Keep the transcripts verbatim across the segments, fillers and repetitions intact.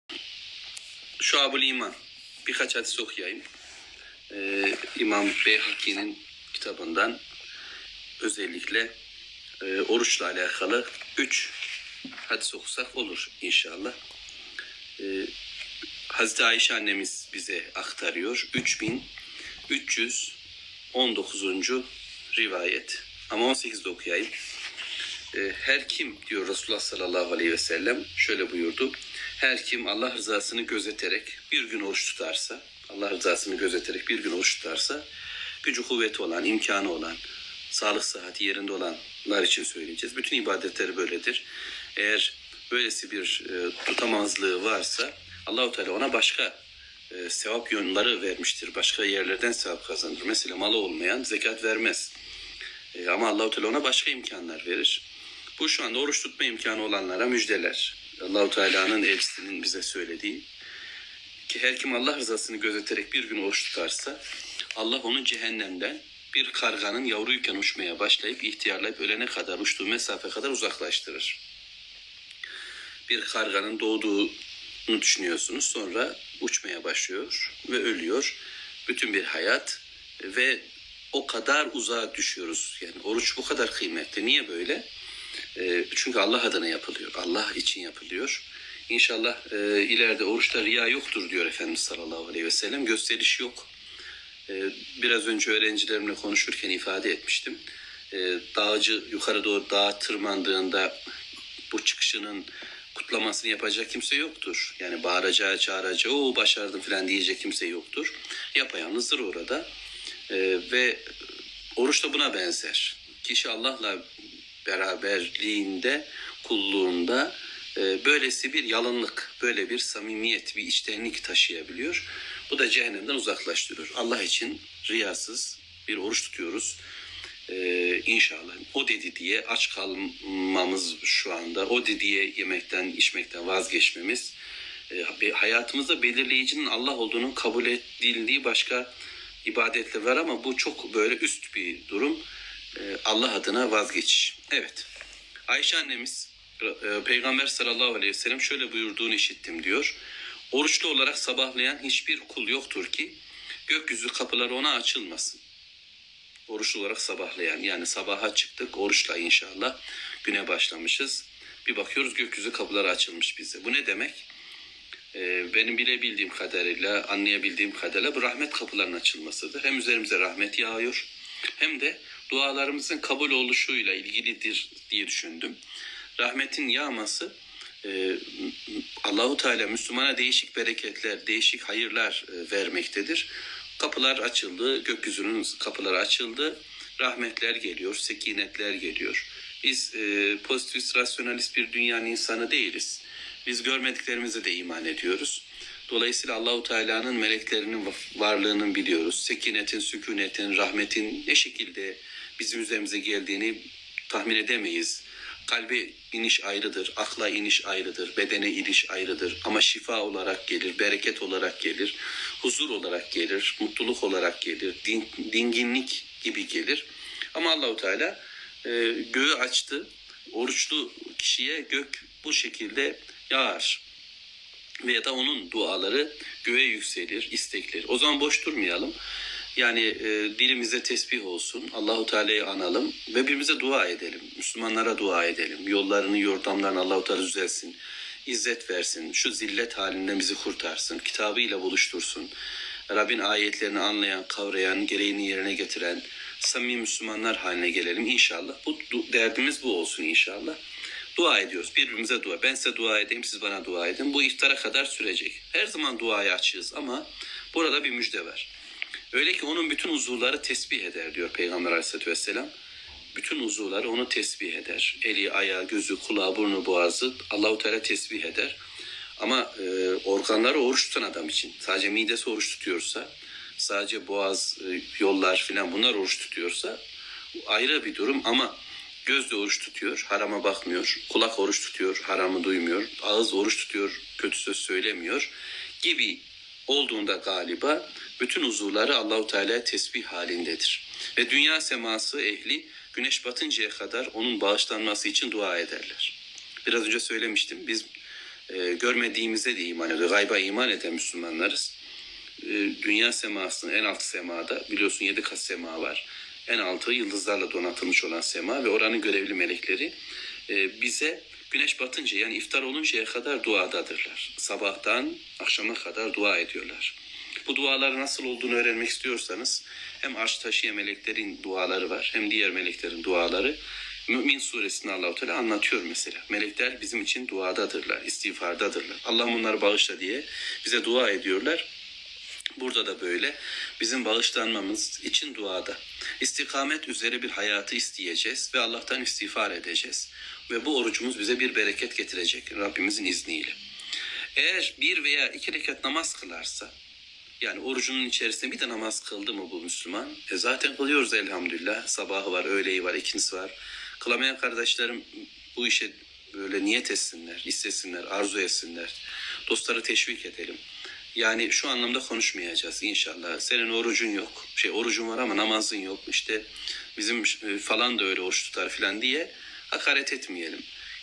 Şuab-ül İman. Birkaç hadis okuyayım. Ee, İmam Beyhaki'nin kitabından özellikle e, oruçla alakalı üç hadis okusak olur inşallah. Ee, Hazreti Ayşe annemiz bize aktarıyor. üç bin üç yüz on dokuzuncu rivayet. Ama on sekizde okuyayım. Ee, her kim diyor Resulullah sallallahu aleyhi ve sellem şöyle buyurdu. Her kim Allah rızasını gözeterek bir gün oruç tutarsa, Allah rızasını gözeterek bir gün oruç tutarsa, gücü kuvveti olan, imkanı olan, sağlık sıhhati yerinde olanlar için söyleyeceğiz. Bütün ibadetleri böyledir. Eğer böylesi bir e, tutamazlığı varsa Allah-u Teala ona başka e, sevap yönleri vermiştir. Başka yerlerden sevap kazanır. Mesela malı olmayan zekat vermez. E, ama Allah-u Teala ona başka imkanlar verir. Bu şu anda oruç tutma imkanı olanlara müjdeler. Allah-u Teala'nın elçisinin bize söylediği ki her kim Allah rızasını gözeterek bir gün oruç tutarsa Allah onu cehennemden bir karganın yavruyken uçmaya başlayıp ihtiyarlayıp ölene kadar uçtuğu mesafe kadar uzaklaştırır. Bir karganın doğduğunu düşünüyorsunuz, sonra uçmaya başlıyor ve ölüyor. Bütün bir hayat ve o kadar uzağa düşüyoruz. Yani oruç bu kadar kıymetli. Niye böyle? E, çünkü Allah adına yapılıyor. Allah için yapılıyor. İnşallah e, ileride oruçta riya yoktur diyor Efendimiz sallallahu aleyhi ve sellem. Gösteriş yok. E, biraz önce öğrencilerimle konuşurken ifade etmiştim. E, dağcı yukarı doğru dağa tırmandığında bu çıkışının kutlamasını yapacak kimse yoktur. Yani bağıracağı, çağıracağı, o başardım falan diyecek kimse yoktur. Yapayalnızdır orada. E, ve oruç da buna benzer. Kişi Allah'la beraberliğinde, kulluğunda e, böylesi bir yalınlık, böyle bir samimiyet, bir içtenlik taşıyabiliyor. Bu da cehennemden uzaklaştırıyor. Allah için riyasız bir oruç tutuyoruz. Ee, inşallah o dedi diye aç kalmamız şu anda, o dediği yemekten, içmekten vazgeçmemiz, e, hayatımızda belirleyicinin Allah olduğunun kabul edildiği başka ibadetler var ama bu çok böyle üst bir durum. E, Allah adına vazgeçiş. Evet. Ayşe annemiz e, Peygamber sallallahu aleyhi ve sellem şöyle buyurduğunu işittim diyor. Oruçlu olarak sabahlayan hiçbir kul yoktur ki gökyüzü kapıları ona açılmasın. Oruçlu olarak sabahlayan, yani sabaha çıktık oruçla inşallah güne başlamışız. Bir bakıyoruz gökyüzü kapıları açılmış bize. Bu ne demek? Ee, benim bilebildiğim kadarıyla, anlayabildiğim kadarıyla bu rahmet kapılarının açılmasıdır. Hem üzerimize rahmet yağıyor hem de dualarımızın kabul oluşuyla ilgilidir diye düşündüm. Rahmetin yağması e, Allahu Teala Müslümana değişik bereketler, değişik hayırlar e, vermektedir. Kapılar açıldı, gökyüzünün kapıları açıldı, rahmetler geliyor, sekinetler geliyor. Biz e, pozitivist, rasyonalist bir dünyanın insanı değiliz. Biz görmediklerimize de iman ediyoruz. Dolayısıyla Allahu Teala'nın meleklerinin varlığını biliyoruz. Sekinetin, sükunetin, rahmetin ne şekilde bizim üzerimize geldiğini tahmin edemeyiz. Kalbe iniş ayrıdır, akla iniş ayrıdır, bedene iniş ayrıdır. Ama şifa olarak gelir, bereket olarak gelir, huzur olarak gelir, mutluluk olarak gelir, din, dinginlik gibi gelir. Ama Allahu Teala e, göğü açtı, oruçlu kişiye gök bu şekilde yağar. Veya da onun duaları göğe yükselir, istekleri. O zaman boş durmayalım. Yani e, dilimize tesbih olsun, Allahu Teala'yı analım ve birbirimize dua edelim. Müslümanlara dua edelim. Yollarını, yordamlarını Allahu Teala düzelsin. İzzet versin. Şu zillet halinden bizi kurtarsın. Kitabıyla buluştursun. Rabbin ayetlerini anlayan, kavrayan, gereğini yerine getiren samimi Müslümanlar haline gelelim inşallah. Bu derdimiz bu olsun inşallah. Dua ediyoruz. Birbirimize dua. Ben size dua edeyim, siz bana dua edin. Bu iftara kadar sürecek. Her zaman duaya açığız ama burada bir müjde var. Öyle ki onun bütün uzuvları tesbih eder diyor Peygamber Aleyhisselatü Vesselam. Bütün uzuvları onu tesbih eder. Eli, ayağı, gözü, kulağı, burnu, boğazı Allahu Teala tesbih eder. Ama e, organları oruç tutan adam için. Sadece midesi oruç tutuyorsa, sadece boğaz, e, yollar filan bunlar oruç tutuyorsa ayrı bir durum ama göz de oruç tutuyor, harama bakmıyor. Kulak oruç tutuyor, haramı duymuyor. Ağız oruç tutuyor, kötü söz söylemiyor gibi olduğunda galiba bütün uzuvları Allahu Teala tesbih halindedir. Ve dünya seması ehli güneş batıncaya kadar onun bağışlanması için dua ederler. Biraz önce söylemiştim. Biz e, görmediğimize de iman ediyor. Gayba iman eden Müslümanlarız. E, dünya semasının en alt semada biliyorsun yedi kat sema var. En altı yıldızlarla donatılmış olan sema ve oranın görevli melekleri e, bize güneş batınca yani iftar oluncaya kadar duadadırlar. Sabahtan akşama kadar dua ediyorlar. Bu duaların nasıl olduğunu öğrenmek istiyorsanız hem arş taşıyan meleklerin duaları var hem diğer meleklerin duaları. Mümin suresinde Allah-u Teala anlatıyor mesela. Melekler bizim için duadadırlar, istiğfardadırlar. Allah onları bağışla diye bize dua ediyorlar. Burada da böyle bizim bağışlanmamız için duada. İstikamet üzere bir hayatı isteyeceğiz ve Allah'tan istiğfar edeceğiz. Ve bu orucumuz bize bir bereket getirecek Rabbimizin izniyle. Eğer bir veya iki rekat namaz kılarsa, yani orucunun içerisinde bir de namaz kıldı mı bu Müslüman? E zaten kılıyoruz elhamdülillah. Sabahı var, öğleyi var, ikindisi var. Kılamayan kardeşlerim bu işe böyle niyet etsinler, istesinler, arzu etsinler. Dostları teşvik edelim. Yani şu anlamda konuşmayacağız inşallah. Senin orucun yok. Şey orucun var ama namazın yok. İşte bizim falan da öyle oruç tutar falan diye hakaret etmeyelim.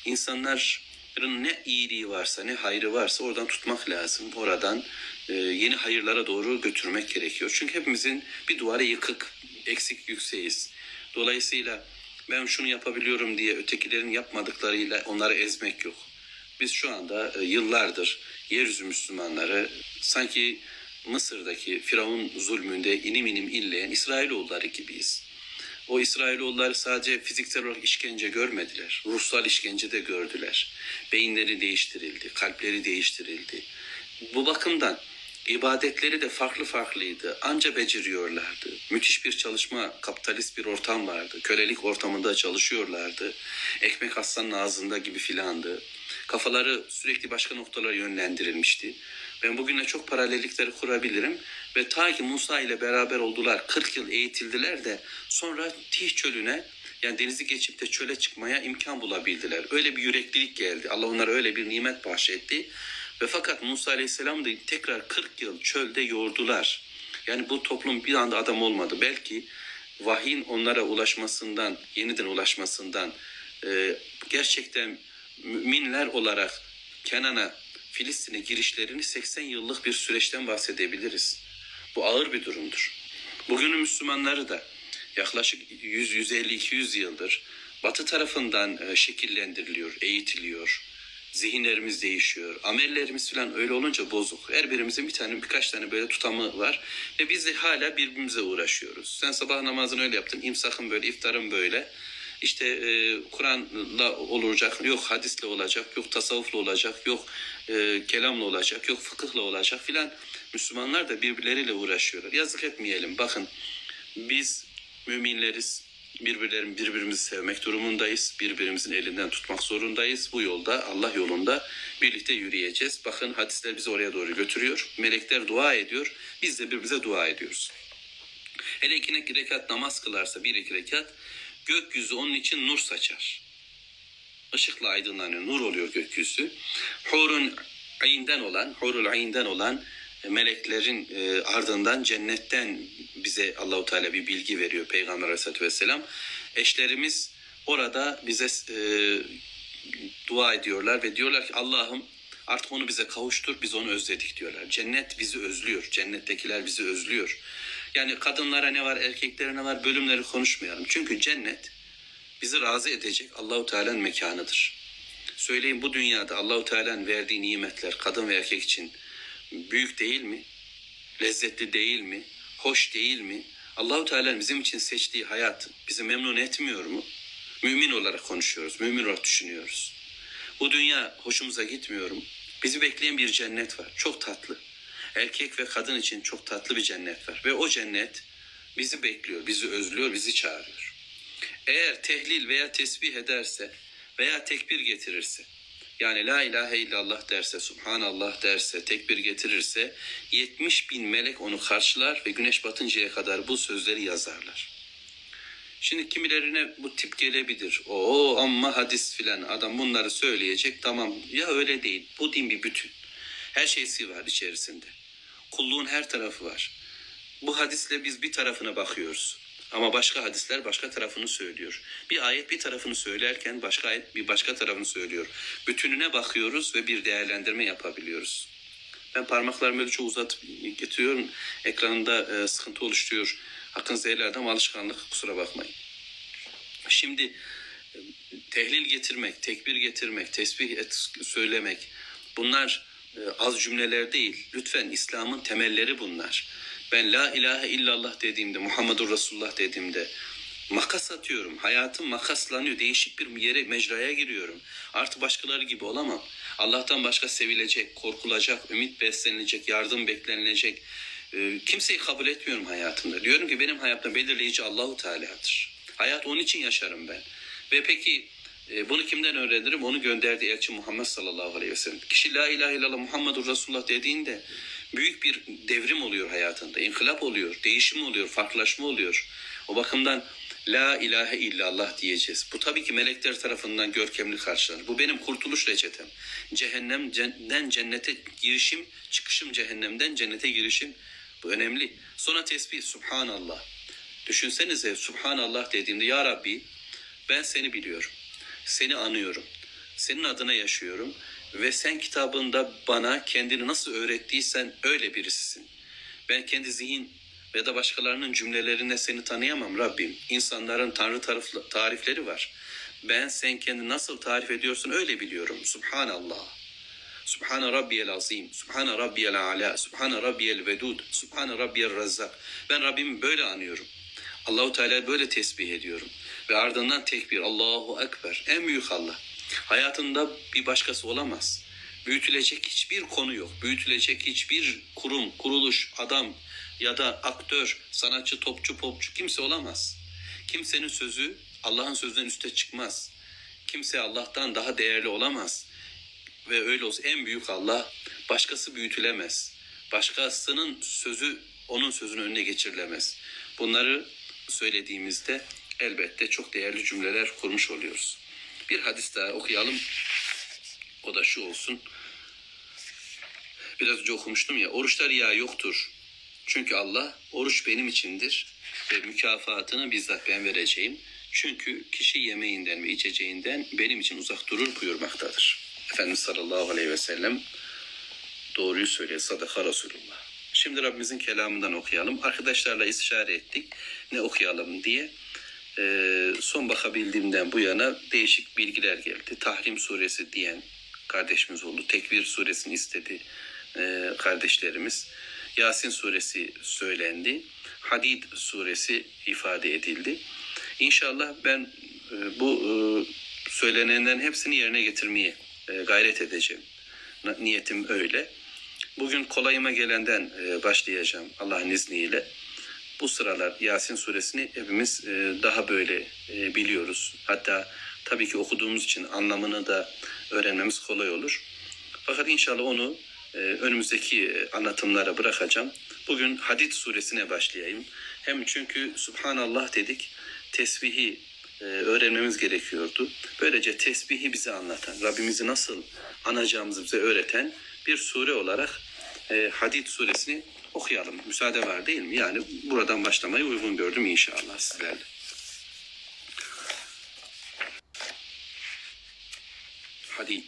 İnsanların ne iyiliği varsa, ne hayrı varsa oradan tutmak lazım. Oradan e, yeni hayırlara doğru götürmek gerekiyor. Çünkü hepimizin bir duvarı yıkık, eksik, yükseğiz. Dolayısıyla ben şunu yapabiliyorum diye ötekilerin yapmadıklarıyla onları ezmek yok. Biz şu anda e, yıllardır yeryüzü Müslümanları sanki Mısır'daki Firavun zulmünde inim inim inleyen İsrailoğulları gibiyiz. O İsrailoğulları sadece fiziksel olarak işkence görmediler. Ruhsal işkence de gördüler. Beyinleri değiştirildi, kalpleri değiştirildi. Bu bakımdan ibadetleri de farklı farklıydı. Anca beceriyorlardı. Müthiş bir çalışma, kapitalist bir ortam vardı. Kölelik ortamında çalışıyorlardı. Ekmek aslanın ağzında gibi filandı. Kafaları sürekli başka noktalara yönlendirilmişti. Ben bugünle çok paralellikleri kurabilirim. Ve ta ki Musa ile beraber oldular. kırk yıl eğitildiler de sonra Tih çölüne yani denizi geçip de çöle çıkmaya imkan bulabildiler. Öyle bir yüreklilik geldi. Allah onlara öyle bir nimet bahşetti. Ve fakat Musa Aleyhisselam da tekrar kırk yıl çölde yordular. Yani bu toplum bir anda adam olmadı. Belki vahyin onlara ulaşmasından, yeniden ulaşmasından e, gerçekten müminler olarak Kenan'a, Filistin'e girişlerini seksen yıllık bir süreçten bahsedebiliriz. Bu ağır bir durumdur. Bugünün Müslümanları da yaklaşık yüz yüz elli iki yüz yıldır Batı tarafından şekillendiriliyor, eğitiliyor. Zihinlerimiz değişiyor. Amellerimiz falan öyle olunca bozuk. Her birimizin bir tane birkaç tane böyle tutamı var. Ve biz de hala birbirimize uğraşıyoruz. Sen sabah namazını öyle yaptın. İmsakın böyle, iftarın böyle. İşte e, Kur'an'la olacak, yok hadisle olacak, yok tasavvufla olacak, yok e, kelamla olacak, yok fıkıhla olacak filan. Müslümanlar da birbirleriyle uğraşıyorlar. Yazık etmeyelim. Bakın biz müminleriz. Birbirlerin birbirimizi sevmek durumundayız. Birbirimizin elinden tutmak zorundayız. Bu yolda Allah yolunda birlikte yürüyeceğiz. Bakın hadisler bizi oraya doğru götürüyor. Melekler dua ediyor. Biz de birbirimize dua ediyoruz. Hele iki rekat namaz kılarsa bir iki rekat gökyüzü onun için nur saçar. Işıkla aydınlanıyor. Nur oluyor gökyüzü. Hurun ayinden olan, hurul ayinden olan meleklerin e, ardından cennetten bize Allahu Teala bir bilgi veriyor Peygamber Aleyhisselatü Vesselam. Eşlerimiz orada bize e, dua ediyorlar ve diyorlar ki Allah'ım artık onu bize kavuştur, biz onu özledik diyorlar. Cennet bizi özlüyor, cennettekiler bizi özlüyor. Yani kadınlara ne var, erkeklere ne var bölümleri konuşmayalım. Çünkü cennet bizi razı edecek Allahu Teala'nın mekanıdır. Söyleyin bu dünyada Allahu Teala'nın verdiği nimetler kadın ve erkek için büyük değil mi? Lezzetli değil mi? Hoş değil mi? Allahu Teala'nın bizim için seçtiği hayat bizi memnun etmiyor mu? Mümin olarak konuşuyoruz, mümin olarak düşünüyoruz. Bu dünya hoşumuza gitmiyor mu? Bizi bekleyen bir cennet var, çok tatlı. Erkek ve kadın için çok tatlı bir cennet var. Ve o cennet bizi bekliyor, bizi özlüyor, bizi çağırıyor. Eğer tehlil veya tesbih ederse veya tekbir getirirse, yani la ilahe illallah derse, subhanallah derse, tekbir getirirse yetmiş bin melek onu karşılar ve güneş batıncaya kadar bu sözleri yazarlar. Şimdi kimilerine bu tip gelebilir. O amma hadis filan adam bunları söyleyecek. Tamam ya öyle değil. Bu din bir bütün. Her şeysi var içerisinde. Kulluğun her tarafı var. Bu hadisle biz bir tarafına bakıyoruz. Ama başka hadisler başka tarafını söylüyor. Bir ayet bir tarafını söylerken başka ayet bir başka tarafını söylüyor. Bütününe bakıyoruz ve bir değerlendirme yapabiliyoruz. Ben parmaklarımı böyle çok uzatıp getiriyorum. Ekranında e, sıkıntı oluşturuyor. Hakkınızda helal ama alışkanlık, kusura bakmayın. Şimdi e, tehlil getirmek, tekbir getirmek, tesbih et, söylemek bunlar e, az cümleler değil. Lütfen İslam'ın temelleri bunlar. Ben la ilahe illallah dediğimde, Muhammedur Resulullah dediğimde makas atıyorum. Hayatım makaslanıyor. Değişik bir yere, mecraya giriyorum. Artık başkaları gibi olamam. Allah'tan başka sevilecek, korkulacak, ümit beslenilecek, yardım beklenilecek e, kimseyi kabul etmiyorum hayatımda. Diyorum ki benim hayatımda belirleyici Allahu Teala'dır. Hayat onun için yaşarım ben. Ve peki e, bunu kimden öğrenirim? Onu gönderdiği elçi Muhammed sallallahu aleyhi ve sellem. Kişi la ilahe illallah Muhammedur Resulullah dediğinde büyük bir devrim oluyor hayatında. İnkılap oluyor, değişim oluyor, farklılaşma oluyor. O bakımdan la ilahe illallah diyeceğiz. Bu tabii ki melekler tarafından görkemli karşılanır. Bu benim kurtuluş reçetem. Cehennemden cennete girişim, çıkışım cehennemden cennete girişim. Bu önemli. Sonra tesbih, Subhanallah. Düşünsenize Subhanallah dediğimde ya Rabbi ben seni biliyorum. Seni anıyorum. Senin adına yaşıyorum. Ve sen kitabında bana kendini nasıl öğrettiysen öyle birisisin. Ben kendi zihin ya da başkalarının cümlelerine seni tanıyamam Rabbim. İnsanların Tanrı tarifleri var. Ben sen kendini nasıl tarif ediyorsun öyle biliyorum. Subhanallah. Subhane Rabbiyel Azim. Subhane Rabbiyel Ala. Subhane Rabbiyel Vedud. Subhane Rabbiyel Razzak. Ben Rabbimi böyle anıyorum. Allahu Teala böyle tesbih ediyorum. Ve ardından tekbir. Allahu Ekber. En büyük Allah. Hayatında bir başkası olamaz. Büyütülecek hiçbir konu yok. Büyütülecek hiçbir kurum, kuruluş, adam ya da aktör, sanatçı, topçu, popçu kimse olamaz. Kimsenin sözü Allah'ın sözünden üste çıkmaz. Kimse Allah'tan daha değerli olamaz. Ve öyle olsa en büyük Allah, başkası büyütülemez. Başkasının sözü onun sözünün önüne geçirilemez. Bunları söylediğimizde elbette çok değerli cümleler kurmuş oluyoruz. Bir hadis daha okuyalım. O da şu olsun. Biraz önce okumuştum ya. Oruçta riya yoktur. Çünkü Allah oruç benim içindir ve mükafatını bizzat ben vereceğim. Çünkü kişi yemeğinden ve içeceğinden benim için uzak durur buyurmaktadır. Efendimiz sallallahu aleyhi ve sellem doğruyu söylüyor. Sadaka Resulullah. Şimdi Rabbimizin kelamından okuyalım. Arkadaşlarla istişare ettik. Ne okuyalım diye. Ee, son bakabildiğimden bu yana değişik bilgiler geldi. Tahrim suresi diyen kardeşimiz oldu. Tekvir suresini istedi ee, kardeşlerimiz. Yasin suresi söylendi. Hadid suresi ifade edildi. İnşallah ben e, bu e, söylenenlerin hepsini yerine getirmeye e, gayret edeceğim. Niyetim öyle. Bugün kolayıma gelenden e, başlayacağım Allah'ın izniyle. Bu sıralar Yasin suresini hepimiz e, daha böyle e, biliyoruz. Hatta tabii ki okuduğumuz için anlamını da öğrenmemiz kolay olur. Fakat inşallah onu e, önümüzdeki e, anlatımlara bırakacağım. Bugün Hadid suresine başlayayım. Hem çünkü Subhanallah dedik, tesbihi e, öğrenmemiz gerekiyordu. Böylece tesbihi bize anlatan, Rabbimizi nasıl anacağımızı bize öğreten bir sure olarak e, Hadid suresini okuyalım. Müsaade var değil mi? Yani buradan başlamayı uygun gördüm inşallah sizlerle. Hadid.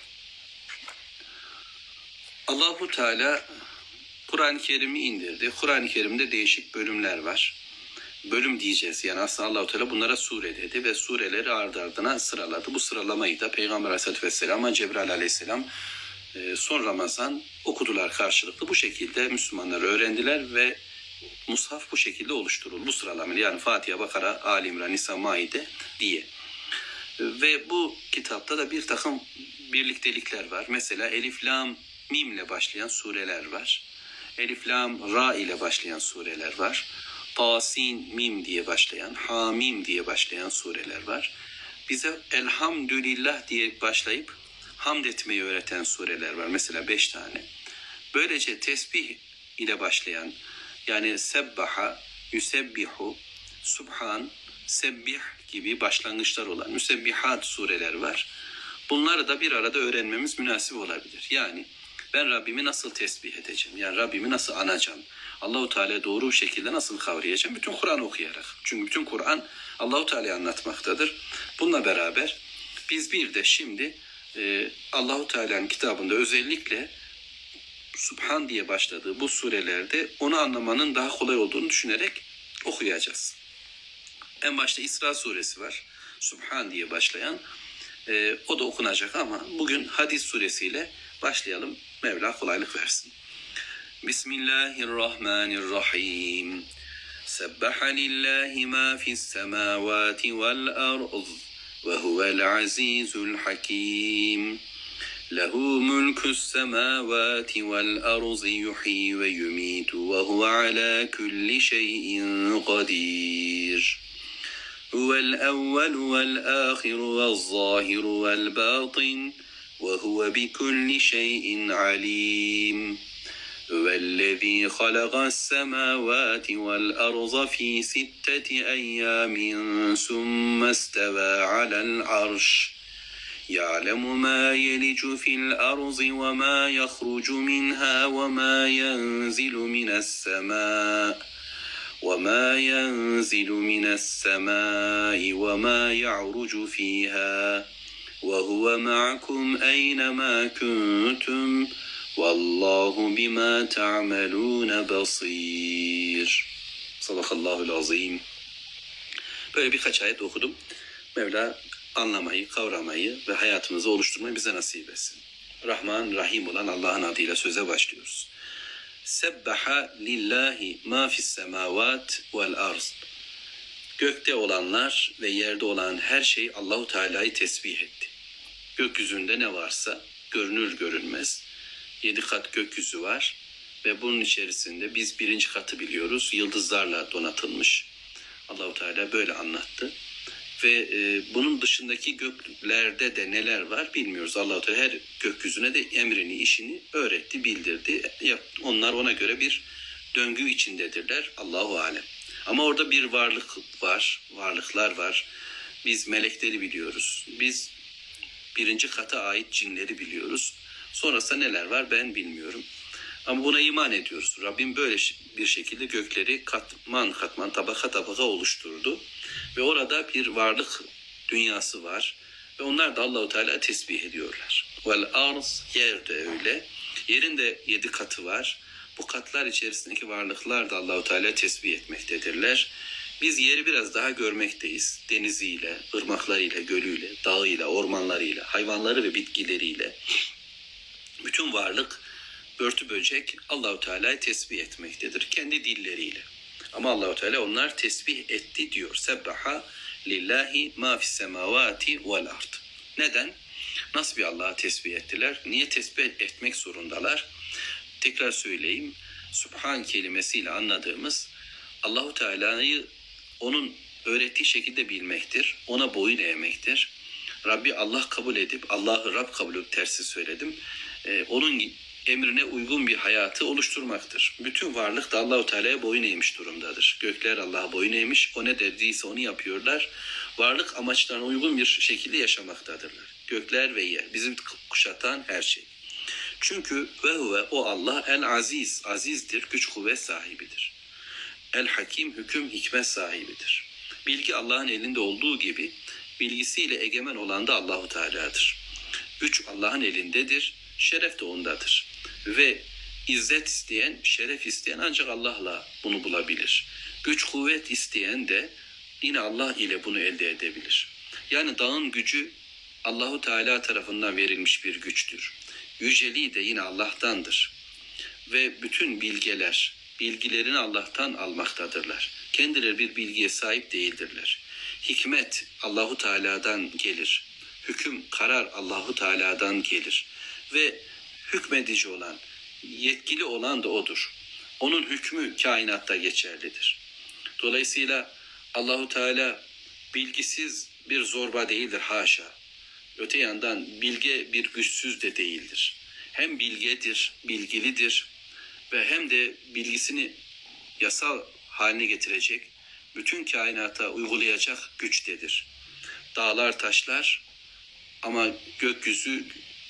Allahu Teala Kur'an-ı Kerim'i indirdi. Kur'an-ı Kerim'de değişik bölümler var. Bölüm diyeceğiz. Yani aslında Allahu Teala bunlara sure dedi ve sureleri ardı ardına sıraladı. Bu sıralamayı da Peygamber Aleyhisselatü Vesselam'a Cebrail Aleyhisselam son Ramazan okudular karşılıklı. Bu şekilde Müslümanlar öğrendiler ve mushaf bu şekilde oluşturuldu. Bu sıralamayla yani Fatiha, Bakara, Ali İmran, Nisa, Maide diye. Ve bu kitapta da bir takım birliktelikler var. Mesela Elif, Lam, Mim ile başlayan sureler var. Elif, Lam, Ra ile başlayan sureler var. Tasin, Mim diye başlayan, Hamim diye başlayan sureler var. Bize Elhamdülillah diye başlayıp hamd etmeyi öğreten sureler var. Mesela beş tane. Böylece tesbih ile başlayan yani sebbaha, yusebbihu, subhan, sebbih gibi başlangıçlar olan müsebbihat sureler var. Bunları da bir arada öğrenmemiz münasip olabilir. Yani Ben Rabbimi nasıl tesbih edeceğim? Yani Rabbimi nasıl anacağım? Allahu Teala doğru bir şekilde nasıl kavrayacağım? Bütün Kur'an okuyarak. Çünkü bütün Kur'an Allahu Teala'yı anlatmaktadır. Bununla beraber biz bir de şimdi e, Allahu Teala'nın kitabında özellikle Subhan diye başladığı bu surelerde onu anlamanın daha kolay olduğunu düşünerek okuyacağız. En başta İsra suresi var. Subhan diye başlayan. E, o da okunacak ama bugün Hadid suresiyle başlayalım. Mevla kolaylık versin. Bismillahirrahmanirrahim. Sebbaha lillahi ma fis semavati vel ard ve huvel azizul hakim. Lehu mulkus semavati vel arzi yuhyi ve yumitu ve huve ala kulli şeyin kadir. هو الأول والآخر والظاهر والباطن وهو بكل شيء عليم هو الذي خلق السماوات والأرض في ستة أيام ثم استوى على العرش يعلم ما يلج في الأرض وما يخرج منها وما ينزل من السماء وما ينزل من السماء وما يعرج فيها وهو معكم أينما كنتم والله بما تعملون بصير. Sadakallahul azim. Böyle birkaç ayet okudum. Mevla anlamayı, kavramayı ve hayatımızı oluşturmayı bize nasip etsin. Rahman, Rahim olan Allah'ın adıyla söze başlıyoruz. Sebbaha lillahi ma fis semavat vel arz. Gökte olanlar ve yerde olan her şey Allahu Teala'yı tesbih etti. Gökyüzünde ne varsa görünür görünmez yedi kat gökyüzü var ve bunun içerisinde biz birinci katı biliyoruz. Yıldızlarla donatılmış. Allahu Teala böyle anlattı. Ve e, bunun dışındaki göklerde de neler var bilmiyoruz. Allah-u Teala her gökyüzüne de emrini, işini öğretti, bildirdi. Onlar ona göre bir döngü içindedirler. Allahu alem. Ama orada bir varlık var, varlıklar var. Biz melekleri biliyoruz. Biz birinci kata ait cinleri biliyoruz. Sonrasında neler var ben bilmiyorum. Ama buna iman ediyoruz. Rabbim böyle bir şekilde gökleri katman katman, tabaka tabaka oluşturdu. Ve orada bir varlık dünyası var. Ve onlar da Allahu Teala tesbih ediyorlar. Vel arz, yer de öyle. Yerin de yedi katı var. Bu katlar içerisindeki varlıklar da Allahu Teala tesbih etmektedirler. Biz yeri biraz daha görmekteyiz. Deniziyle, ırmaklarıyla, gölüyle, dağıyla, ormanlarıyla, hayvanları ve bitkileriyle. Bütün varlık, börtü böcek Allahu Teala'yı tesbih etmektedir kendi dilleriyle. Ama Allahu Teala onlar tesbih etti diyor. Sebbaha lillahi ma fis semavati vel ard. Neden? Nasıl bir Allah'a tesbih ettiler? Niye tesbih etmek zorundalar? Tekrar söyleyeyim. Subhan kelimesiyle anladığımız Allahu Teala'yı onun öğrettiği şekilde bilmektir. Ona boyun eğmektir. Rabbi Allah kabul edip Allah'ı Rab kabul edip tersi söyledim. Ee, onun emrine uygun bir hayatı oluşturmaktır. Bütün varlık da Allahu Teala'ya boyun eğmiş durumdadır. Gökler Allah'a boyun eğmiş. O ne dediyse onu yapıyorlar. Varlık amaçlarına uygun bir şekilde yaşamaktadırlar. Gökler ve yer. Bizim kuşatan her şey. Çünkü ve huve o Allah el aziz. Azizdir. Güç kuvvet sahibidir. El hakim hüküm hikmet sahibidir. Bilgi Allah'ın elinde olduğu gibi bilgisiyle egemen olan da Allahu Teala'dır. Güç Allah'ın elindedir. Şeref de ondadır. Ve izzet isteyen, şeref isteyen ancak Allah'la bunu bulabilir. Güç, kuvvet isteyen de yine Allah ile bunu elde edebilir. Yani dağın gücü Allahu Teala tarafından verilmiş bir güçtür. Yüceliği de yine Allah'tandır. Ve bütün bilgeler, bilgilerini Allah'tan almaktadırlar. Kendileri bir bilgiye sahip değildirler. Hikmet Allahu Teala'dan gelir. Hüküm, karar Allahu Teala'dan gelir. Ve hükmedici olan, yetkili olan da O'dur. Onun hükmü kainatta geçerlidir. Dolayısıyla Allahu Teala bilgisiz bir zorba değildir, haşa. Öte yandan bilge bir güçsüz de değildir. Hem bilgedir, bilgilidir ve hem de bilgisini yasal haline getirecek, bütün kainata uygulayacak güçtedir. Dağlar taşlar ama gökyüzü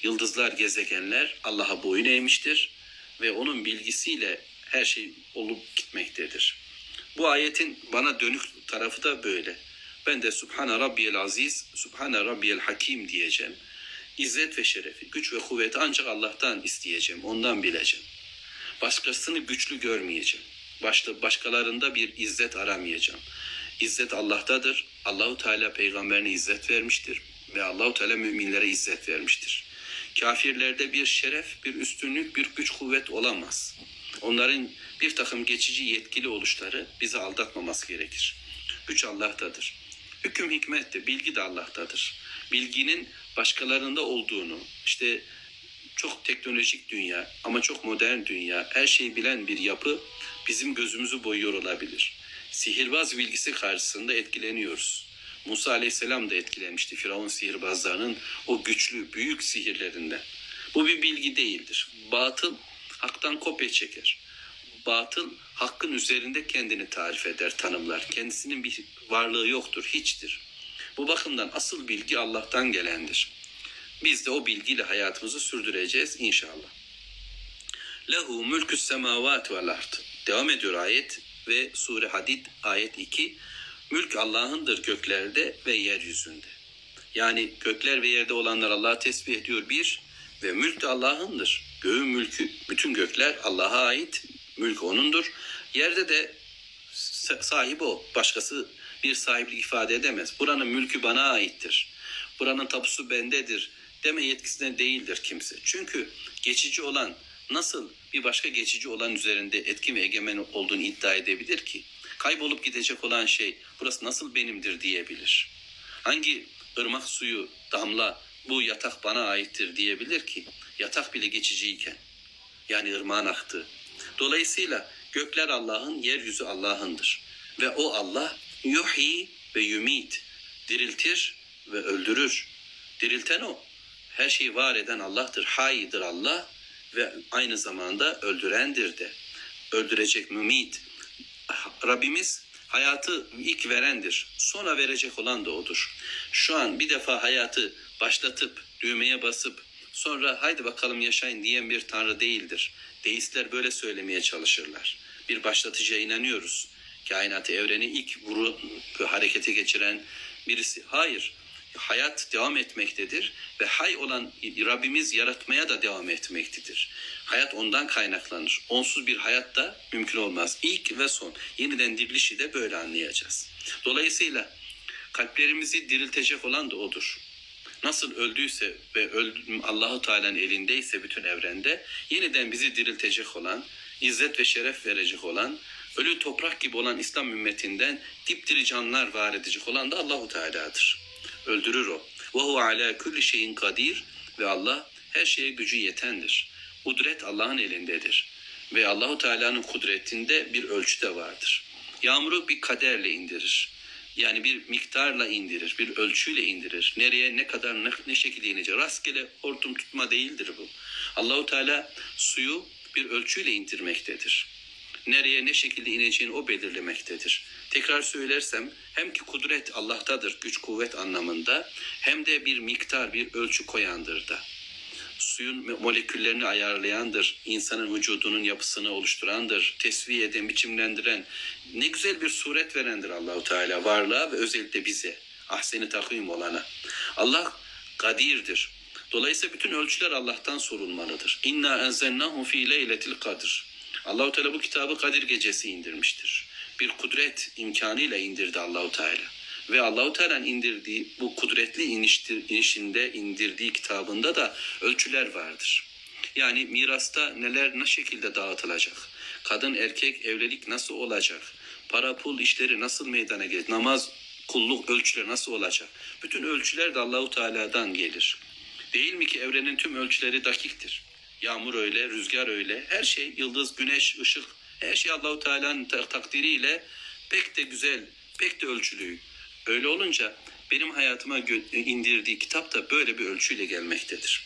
Yıldızlar, gezegenler Allah'a boyun eğmiştir ve onun bilgisiyle her şey olup gitmektedir. Bu ayetin bana dönük tarafı da böyle. Ben de Subhane Rabbiyel Aziz, Subhane Rabbiyel Hakim diyeceğim. İzzet ve şerefi, güç ve kuvveti ancak Allah'tan isteyeceğim, ondan bileceğim. Başkasını güçlü görmeyeceğim. Başka, başkalarında bir izzet aramayacağım. İzzet Allah'tadır. Allahu Teala peygamberine izzet vermiştir ve Allahu Teala müminlere izzet vermiştir. Kafirlerde bir şeref, bir üstünlük, bir güç kuvvet olamaz. Onların bir takım geçici yetkili oluşları bizi aldatmaması gerekir. Güç Allah'tadır. Hüküm hikmet de, bilgi de Allah'tadır. Bilginin başkalarında olduğunu, işte çok teknolojik dünya ama çok modern dünya, her şeyi bilen bir yapı bizim gözümüzü boyuyor olabilir. Sihirbaz bilgisi karşısında etkileniyoruz. Musa Aleyhisselam da etkilenmişti Firavun sihirbazlarının o güçlü, büyük sihirlerinden. Bu bir bilgi değildir. Batıl haktan kopya çeker. Batıl hakkın üzerinde kendini tarif eder, tanımlar. Kendisinin bir varlığı yoktur, hiçtir. Bu bakımdan asıl bilgi Allah'tan gelendir. Biz de o bilgiyle hayatımızı sürdüreceğiz inşallah. Lehu mülkü's semavati vel ard. Devam ediyor ayet ve Sure Hadid ayet iki. Mülk Allah'ındır göklerde ve yeryüzünde. Yani gökler ve yerde olanlar Allah'ı tesbih ediyor bir ve mülk de Allah'ındır. Göğün mülkü, bütün gökler Allah'a ait, mülk O'nundur. Yerde de sahibi O. Başkası bir sahiplik ifade edemez. Buranın mülkü bana aittir. Buranın tapusu bendedir deme yetkisinde değildir kimse. Çünkü geçici olan nasıl bir başka geçici olan üzerinde etki ve egemen olduğunu iddia edebilir ki? Kaybolup gidecek olan şey burası nasıl benimdir diyebilir. Hangi ırmak suyu damla bu yatak bana aittir diyebilir ki? Yatak bile geçiciyken. Yani ırmağın aktığı. Dolayısıyla gökler Allah'ın, yeryüzü Allah'ındır. Ve o Allah yuhyi ve yumit, diriltir ve öldürür. Dirilten O. Her şeyi var eden Allah'tır. Haydır Allah ve aynı zamanda öldürendir de. Öldürecek mümit. Rabbimiz hayatı ilk verendir. Sonra verecek olan da O'dur. Şu an bir defa hayatı başlatıp, düğmeye basıp, sonra haydi bakalım yaşayın diyen bir Tanrı değildir. Deistler böyle söylemeye çalışırlar. Bir başlatıcıya inanıyoruz. Kainatı, evreni ilk vuru, harekete geçiren birisi. Hayır. Hayat devam etmektedir ve hay olan Rabbimiz yaratmaya da devam etmektedir. Hayat ondan kaynaklanır. Onsuz bir hayat da mümkün olmaz. İlk ve son. Yeniden dirilişi de böyle anlayacağız. Dolayısıyla kalplerimizi diriltecek olan da O'dur. Nasıl öldüyse ve Allahu Teala'nın elindeyse bütün evrende yeniden bizi diriltecek olan, izzet ve şeref verecek olan, ölü toprak gibi olan İslam ümmetinden dipdiri canlar var edecek olan da Allahu Teala'dır. Öldürür O. Ve hu ala kulli şeyin kadir ve Allah her şeye gücü yetendir. Kudret Allah'ın elindedir. Ve Allahu Teala'nın kudretinde bir ölçü de vardır. Yağmuru bir kaderle indirir. Yani bir miktarla indirir, bir ölçüyle indirir. Nereye, ne kadar, ne, ne şekilde inecek. Rastgele hortum tutma değildir bu. Allahu Teala suyu bir ölçüyle indirmektedir. Nereye, ne şekilde ineceğini O belirlemektedir. Tekrar söylersem hem ki kudret Allah'tadır güç kuvvet anlamında hem de bir miktar, bir ölçü koyandır da. Suyun moleküllerini ayarlayandır, insanın vücudunun yapısını oluşturandır, tesviye eden, biçimlendiren, ne güzel bir suret verendir Allahu Teala varlığa ve özellikle bize, ahseni takvim olana. Allah kadirdir. Dolayısıyla bütün ölçüler Allah'tan sorulmalıdır. İnna enzelnahu fi leyletil kadr. Allahu Teala bu kitabı Kadir gecesi indirmiştir. Bir kudret imkanıyla indirdi Allahu Teala. Ve Allahu Teala'nın indirdiği bu kudretli iniştir, inişinde indirdiği kitabında da ölçüler vardır. Yani mirasta neler ne şekilde dağıtılacak? Kadın erkek evlilik nasıl olacak? Para pul işleri nasıl meydana gelecek? Namaz kulluk ölçüleri nasıl olacak? Bütün ölçüler de Allahu Teala'dan gelir. Değil mi ki evrenin tüm ölçüleri dakiktir? Yağmur öyle, rüzgar öyle, her şey yıldız, güneş, ışık, her şey Allahu Teala'nın takdiriyle pek de güzel, pek de ölçülü. Öyle olunca benim hayatıma indirdiği kitap da böyle bir ölçüyle gelmektedir.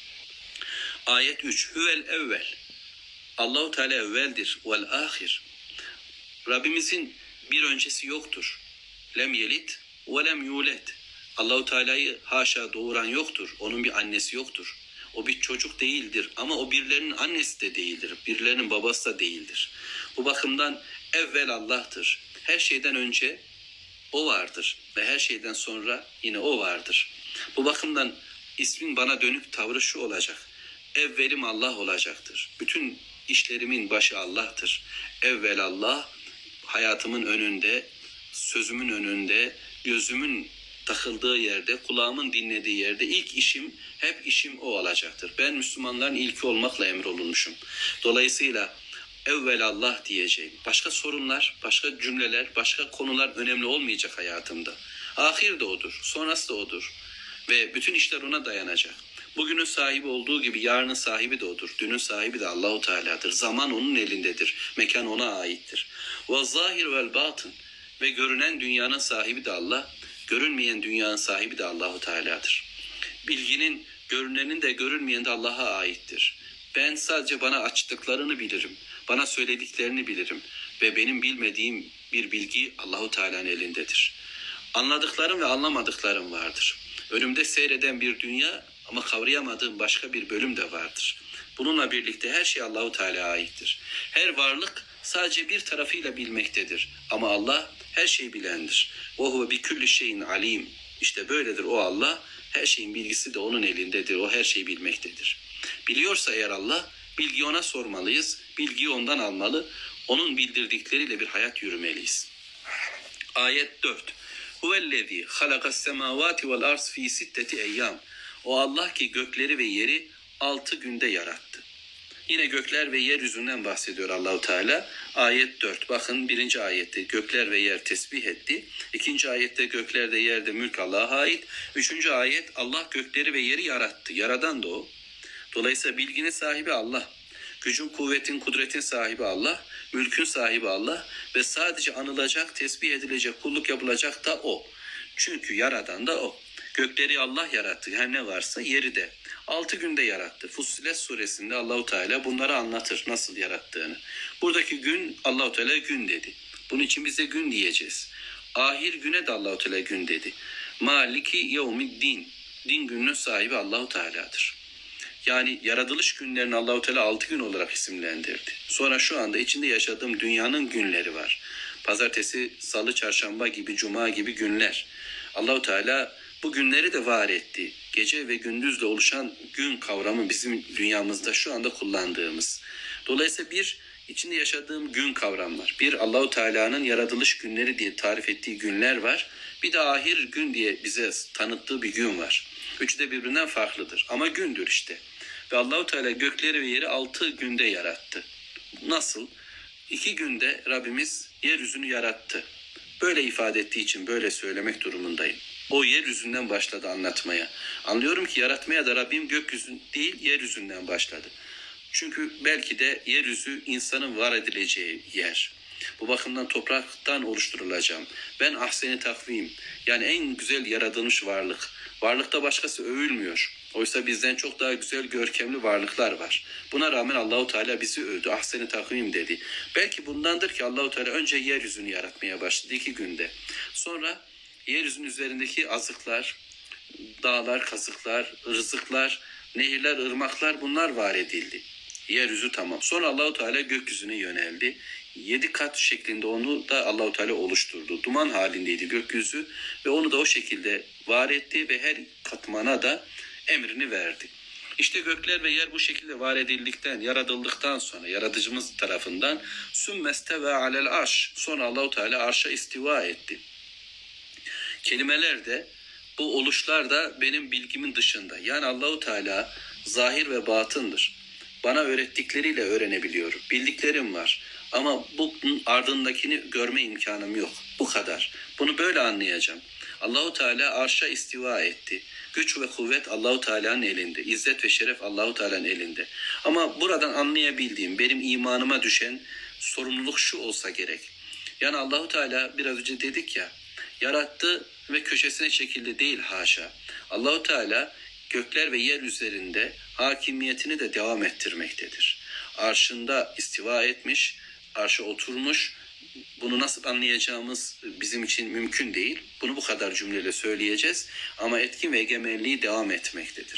Ayet üç. Huvel evvel. Allahu Teala evveldir. Vel ahir. Rabbimizin bir öncesi yoktur. Lem yelit ve lem yulet. Allahu Teala'yı haşa doğuran yoktur. Onun bir annesi yoktur. O bir çocuk değildir ama o birilerinin annesi de değildir. Birilerinin babası da değildir. Bu bakımdan evvel Allah'tır. Her şeyden önce O vardır ve her şeyden sonra yine O vardır. Bu bakımdan ismin bana dönük tavrı şu olacak. Evvelim Allah olacaktır. Bütün işlerimin başı Allah'tır. Evvel Allah, hayatımın önünde, sözümün önünde, gözümün takıldığı yerde, kulağımın dinlediği yerde ilk işim, hep işim O olacaktır. Ben Müslümanların ilki olmakla emrolunmuşum. Dolayısıyla evvel Allah diyeceğim. Başka sorunlar, başka cümleler, başka konular önemli olmayacak hayatımda. Ahir de O'dur, sonrası da O'dur. Ve bütün işler O'na dayanacak. Bugünün sahibi olduğu gibi yarının sahibi de O'dur. Dünün sahibi de Allahu Teala'dır. Zaman O'nun elindedir. Mekan O'na aittir. Ve zahir vel batın. Ve görünen dünyanın sahibi de Allah, görünmeyen dünyanın sahibi de Allahu Teala'dır. Bilginin, görünenin de görünmeyen de Allah'a aittir. Ben sadece bana açtıklarını bilirim. Bana söylediklerini bilirim. Ve benim bilmediğim bir bilgi Allahu Teala'nın elindedir. Anladıklarım ve anlamadıklarım vardır. Önümde seyreden bir dünya ama kavrayamadığım başka bir bölüm de vardır. Bununla birlikte her şey Allahu Teala'ya aittir. Her varlık sadece bir tarafıyla bilmektedir. Ama Allah her şeyi bilendir. Ve huve bi kulli şeyin alim. İşte böyledir o Allah. Her şeyin bilgisi de O'nun elindedir. O her şeyi bilmektedir. Biliyorsa eğer Allah, bilgiyi O'na sormalıyız. Bilgiyi O'ndan almalı. O'nun bildirdikleriyle bir hayat yürümeliyiz. Ayet dört. Huvellezî halakas semâvâti vel arz fî sitteti eyyâm. O Allah ki gökleri ve yeri altı günde yarattı. Yine gökler ve yeryüzünden bahsediyor Allahu Teala. Ayet dört. Bakın birinci ayette gökler ve yer tesbih etti. İkinci ayette göklerde yerde mülk Allah'a ait. Üçüncü ayet Allah gökleri ve yeri yarattı. Yaradan da O. Dolayısıyla bilginin sahibi Allah. Gücün, kuvvetin, kudretin sahibi Allah. Mülkün sahibi Allah. Ve sadece anılacak, tesbih edilecek, kulluk yapılacak da O. Çünkü yaradan da O. Gökleri Allah yarattı. Her ne varsa yeri de. Altı günde yarattı. Fussilet suresinde Allahu Teala bunları anlatır. Nasıl yarattığını. Buradaki gün Allahu Teala gün dedi. Bunun için biz de gün diyeceğiz. Ahir güne de Allahu Teala gün dedi. Maliki yevmiddin. Din gününün sahibi Allahu Teala'dır. Yani yaratılış günlerini Allahu Teala altı gün olarak isimlendirdi. Sonra şu anda içinde yaşadığım dünyanın günleri var. Pazartesi, salı, çarşamba gibi, cuma gibi günler. Allahu Teala bu günleri de var etti. Gece ve gündüzle oluşan gün kavramı bizim dünyamızda şu anda kullandığımız. Dolayısıyla bir içinde yaşadığım gün kavram var. Bir Allahu Teala'nın yaratılış günleri diye tarif ettiği günler var. Bir de ahir gün diye bize tanıttığı bir gün var. Üçü de birbirinden farklıdır ama gündür işte. Ve Allahu Teala gökleri ve yeri altı günde yarattı. Nasıl? İki günde Rabbimiz yeryüzünü yarattı. Böyle ifade ettiği için böyle söylemek durumundayım. O yeryüzünden başladı anlatmaya. Anlıyorum ki yaratmaya da Rabbim gökyüzün değil yeryüzünden başladı. Çünkü belki de yeryüzü insanın var edileceği yer. Bu bakımdan topraktan oluşturulacağım. Ben ahseni takvim, yani en güzel yaratılmış varlık. Varlıkta başkası övülmüyor. Oysa bizden çok daha güzel, görkemli varlıklar var. Buna rağmen Allahu Teala bizi övdü. Ahseni takvim dedi. Belki bundandır ki Allahu Teala önce yeryüzünü yaratmaya başladı iki günde. Sonra yeryüzünün üzerindeki azıklar, dağlar, kazıklar, rızıklar, nehirler, ırmaklar bunlar var edildi. Yeryüzü tamam. Sonra Allahu Teala gökyüzüne yöneldi. Yedi kat şeklinde onu da Allahu Teala oluşturdu. Duman halindeydi gökyüzü ve onu da o şekilde var etti ve her katmana da emrini verdi. İşte gökler ve yer bu şekilde var edildikten, yaratıldıktan sonra yaratıcımız tarafından sümmesteve alel arş. Sonra Allahu Teala arşa istiva etti. Kelimeler de bu oluşlar da benim bilgimin dışında. Yani Allahu Teala zahir ve batındır. Bana öğrettikleriyle öğrenebiliyorum. Bildiklerim var. Ama bunun ardındakini görme imkanım yok. Bu kadar. Bunu böyle anlayacağım. Allahu Teala arşa istiva etti. Güç ve kuvvet Allahu Teala'nın elinde. İzzet ve şeref Allahu Teala'nın elinde. Ama buradan anlayabildiğim, benim imanıma düşen sorumluluk şu olsa gerek. Yani Allahu Teala biraz önce dedik ya, yarattı ve köşesine çekildi değil haşa. Allahu Teala gökler ve yer üzerinde hakimiyetini de devam ettirmektedir. Arşında istiva etmiş, arşa oturmuş. Bunu nasıl anlayacağımız bizim için mümkün değil. Bunu bu kadar cümleyle söyleyeceğiz. Ama etkin ve egemenliği devam etmektedir.